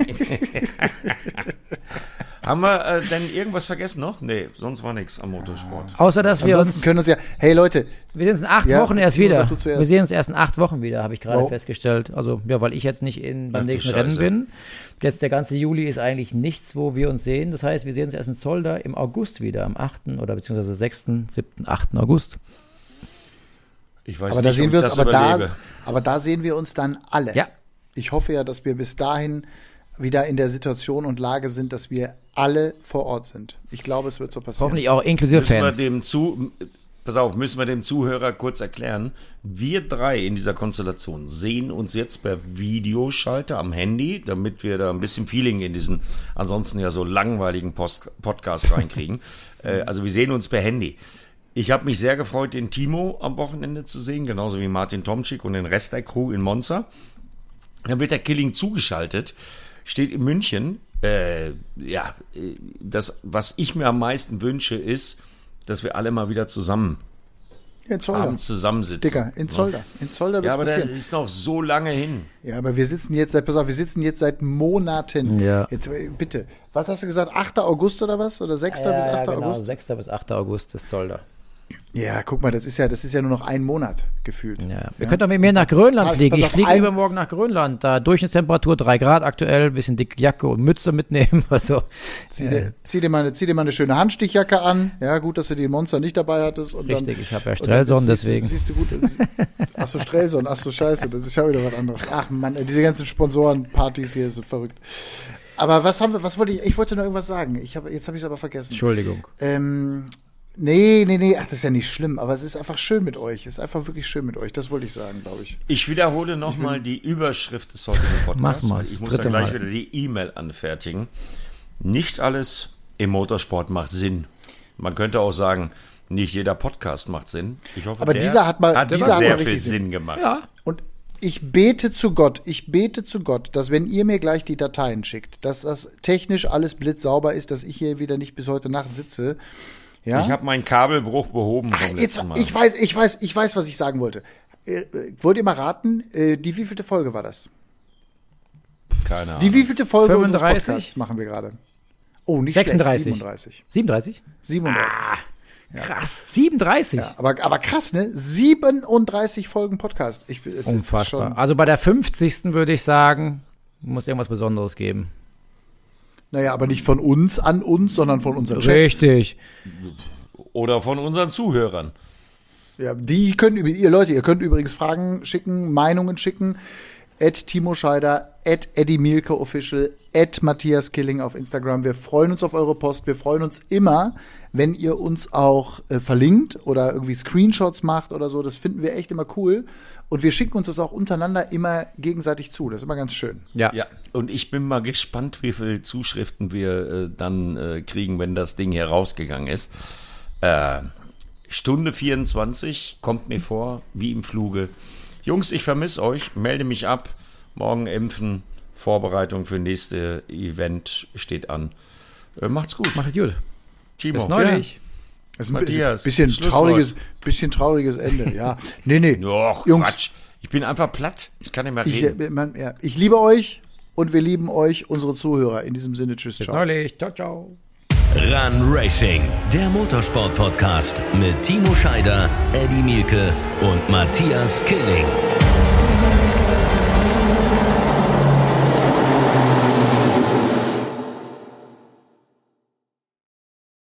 Haben wir äh, denn irgendwas vergessen noch? Nee, sonst war nichts am Motorsport. Außer, dass wir Ansonsten uns, können uns ja, hey Leute, wir sehen uns in acht Ja, Wochen erst Timo, wieder. sag du zuerst. Wir sehen uns erst in acht Wochen wieder, habe ich gerade Wow. festgestellt. Also, ja, weil ich jetzt nicht in, beim Ach du nächsten Rennen Scheiße. bin. Jetzt der ganze Juli ist eigentlich nichts, wo wir uns sehen. Das heißt, wir sehen uns erst in Zolder im August wieder, am achten oder beziehungsweise sechsten, siebten, achten August. Ich weiß aber nicht, da sehen ob wir ich uns, das aber da, überlebe. aber da sehen wir uns dann alle. Ja. Ich hoffe ja, dass wir bis dahin wieder in der Situation und Lage sind, dass wir alle vor Ort sind. Ich glaube, es wird so passieren. Hoffentlich auch inklusive Müssen wir Fans. dem zu, pass auf, müssen wir dem Zuhörer kurz erklären. Wir drei in dieser Konstellation sehen uns jetzt per Videoschalter am Handy, damit wir da ein bisschen Feeling in diesen ansonsten ja so langweiligen Post, Podcast reinkriegen. äh, also wir sehen uns per Handy. Ich habe mich sehr gefreut, den Timo am Wochenende zu sehen, genauso wie Martin Tomczyk und den Rest der Crew in Monza. Dann wird der Killing zugeschaltet, steht in München. Äh, ja, das, was ich mir am meisten wünsche, ist, dass wir alle mal wieder zusammen Hier in Zolder. abends zusammensitzen. Dicker, in Zolder. In Zolder Ja, wird's aber das passieren. ist noch so lange hin. Ja, aber wir sitzen jetzt seit, pass auf, wir sitzen jetzt seit Monaten. Ja. Jetzt, äh, bitte. Was hast du gesagt? achter August oder was? Oder sechster bis achter genau, August? sechster bis achter August ist Zolder. Ja, guck mal, das ist ja, das ist ja nur noch ein Monat gefühlt. Ja. Wir können doch mit mir nach Grönland Pass- fliegen. pass Ich auf, fliege ein- übermorgen nach Grönland. Da Durchschnittstemperatur drei Grad aktuell, bisschen dicke Jacke und Mütze mitnehmen. Also, Zieh dir, zieh, dir mal eine, zieh dir mal eine schöne Handstichjacke an. Ja, gut, dass du die Monster nicht dabei hattest. Und Richtig, dann, ich habe ja und dann Strelson, siehst du- deswegen. Siehst du gut. Ach so, Strelson, ach so, scheiße, das ist ja wieder was anderes. Ach Mann, ey, diese ganzen Sponsorenpartys hier sind verrückt. Aber was haben wir, was wollte ich, ich wollte noch irgendwas sagen. Ich habe, jetzt habe ich es aber vergessen. Entschuldigung. Ähm, nee, nee, nee, ach, das ist ja nicht schlimm, aber es ist einfach schön mit euch. Es ist einfach wirklich schön mit euch. Das wollte ich sagen, glaube ich. Ich wiederhole nochmal die Überschrift des heutigen Podcasts. Mach mal, weil Ich das muss dann dritte gleich Mal. wieder die E-Mail anfertigen. Nicht alles im Motorsport macht Sinn. Man könnte auch sagen, nicht jeder Podcast macht Sinn. Ich hoffe, Aber der dieser hat mal- hat dieser hat sehr mal viel richtig Sinn. Sinn gemacht. Ja. Und ich bete zu Gott, ich bete zu Gott, dass wenn ihr mir gleich die Dateien schickt, dass das technisch alles blitzsauber ist, dass ich hier wieder nicht bis heute Nacht sitze. Ja? Ich habe meinen Kabelbruch behoben vom Jetzt, letzten Mal. ich weiß, ich weiß, ich weiß, was ich sagen wollte. Äh, äh, wollt ihr mal raten, äh, die wievielte Folge war das? Keine Ahnung. Die wievielte Folge unseres fünfunddreißig? Podcasts machen wir gerade? Oh, nicht sechsunddreißig. schlecht, siebenunddreißig. siebenunddreißig? siebenunddreißig. Krass. siebenunddreißig? Ja, aber, aber krass, ne? siebenunddreißig Folgen Podcast. Ich, das ist Unfassbar. schon, Also bei der fünfzigsten würde ich sagen, muss irgendwas Besonderes geben. naja, aber nicht von uns an uns, sondern von unseren Chefs. Richtig. Oder von unseren Zuhörern. Ja, die können über ihr Leute, ihr könnt übrigens Fragen schicken, Meinungen schicken. At Timo Scheider, at Eddie Mielke Official, at Matthias Killing auf Instagram. Wir freuen uns auf eure Post. Wir freuen uns immer, wenn ihr uns auch äh, verlinkt oder irgendwie Screenshots macht oder so. Das finden wir echt immer cool. Und wir schicken uns das auch untereinander immer gegenseitig zu. Das ist immer ganz schön. Ja. Ja, und ich bin mal gespannt, wie viele Zuschriften wir äh, dann äh, kriegen, wenn das Ding hier rausgegangen ist. Äh, Stunde vierundzwanzig kommt mir vor, wie im Fluge. Jungs, ich vermisse euch, melde mich ab. Morgen impfen, Vorbereitung für nächste Event steht an. Äh, macht's gut. Macht gut. Timo. Bis neulich. Das ist ein Matthias, bisschen Schlusswort. trauriges, bisschen trauriges Ende. Ja, nee, nee. Doch, Jungs, Quatsch. Ich bin einfach platt. Ich kann nicht mehr ich, reden. äh, man, ja, ich liebe euch und wir lieben euch, unsere Zuhörer. In diesem Sinne, tschüss, Bis ciao. neulich. Ciao, ciao. Run Racing, der Motorsport-Podcast mit Timo Scheider, Eddie Mielke und Matthias Killing.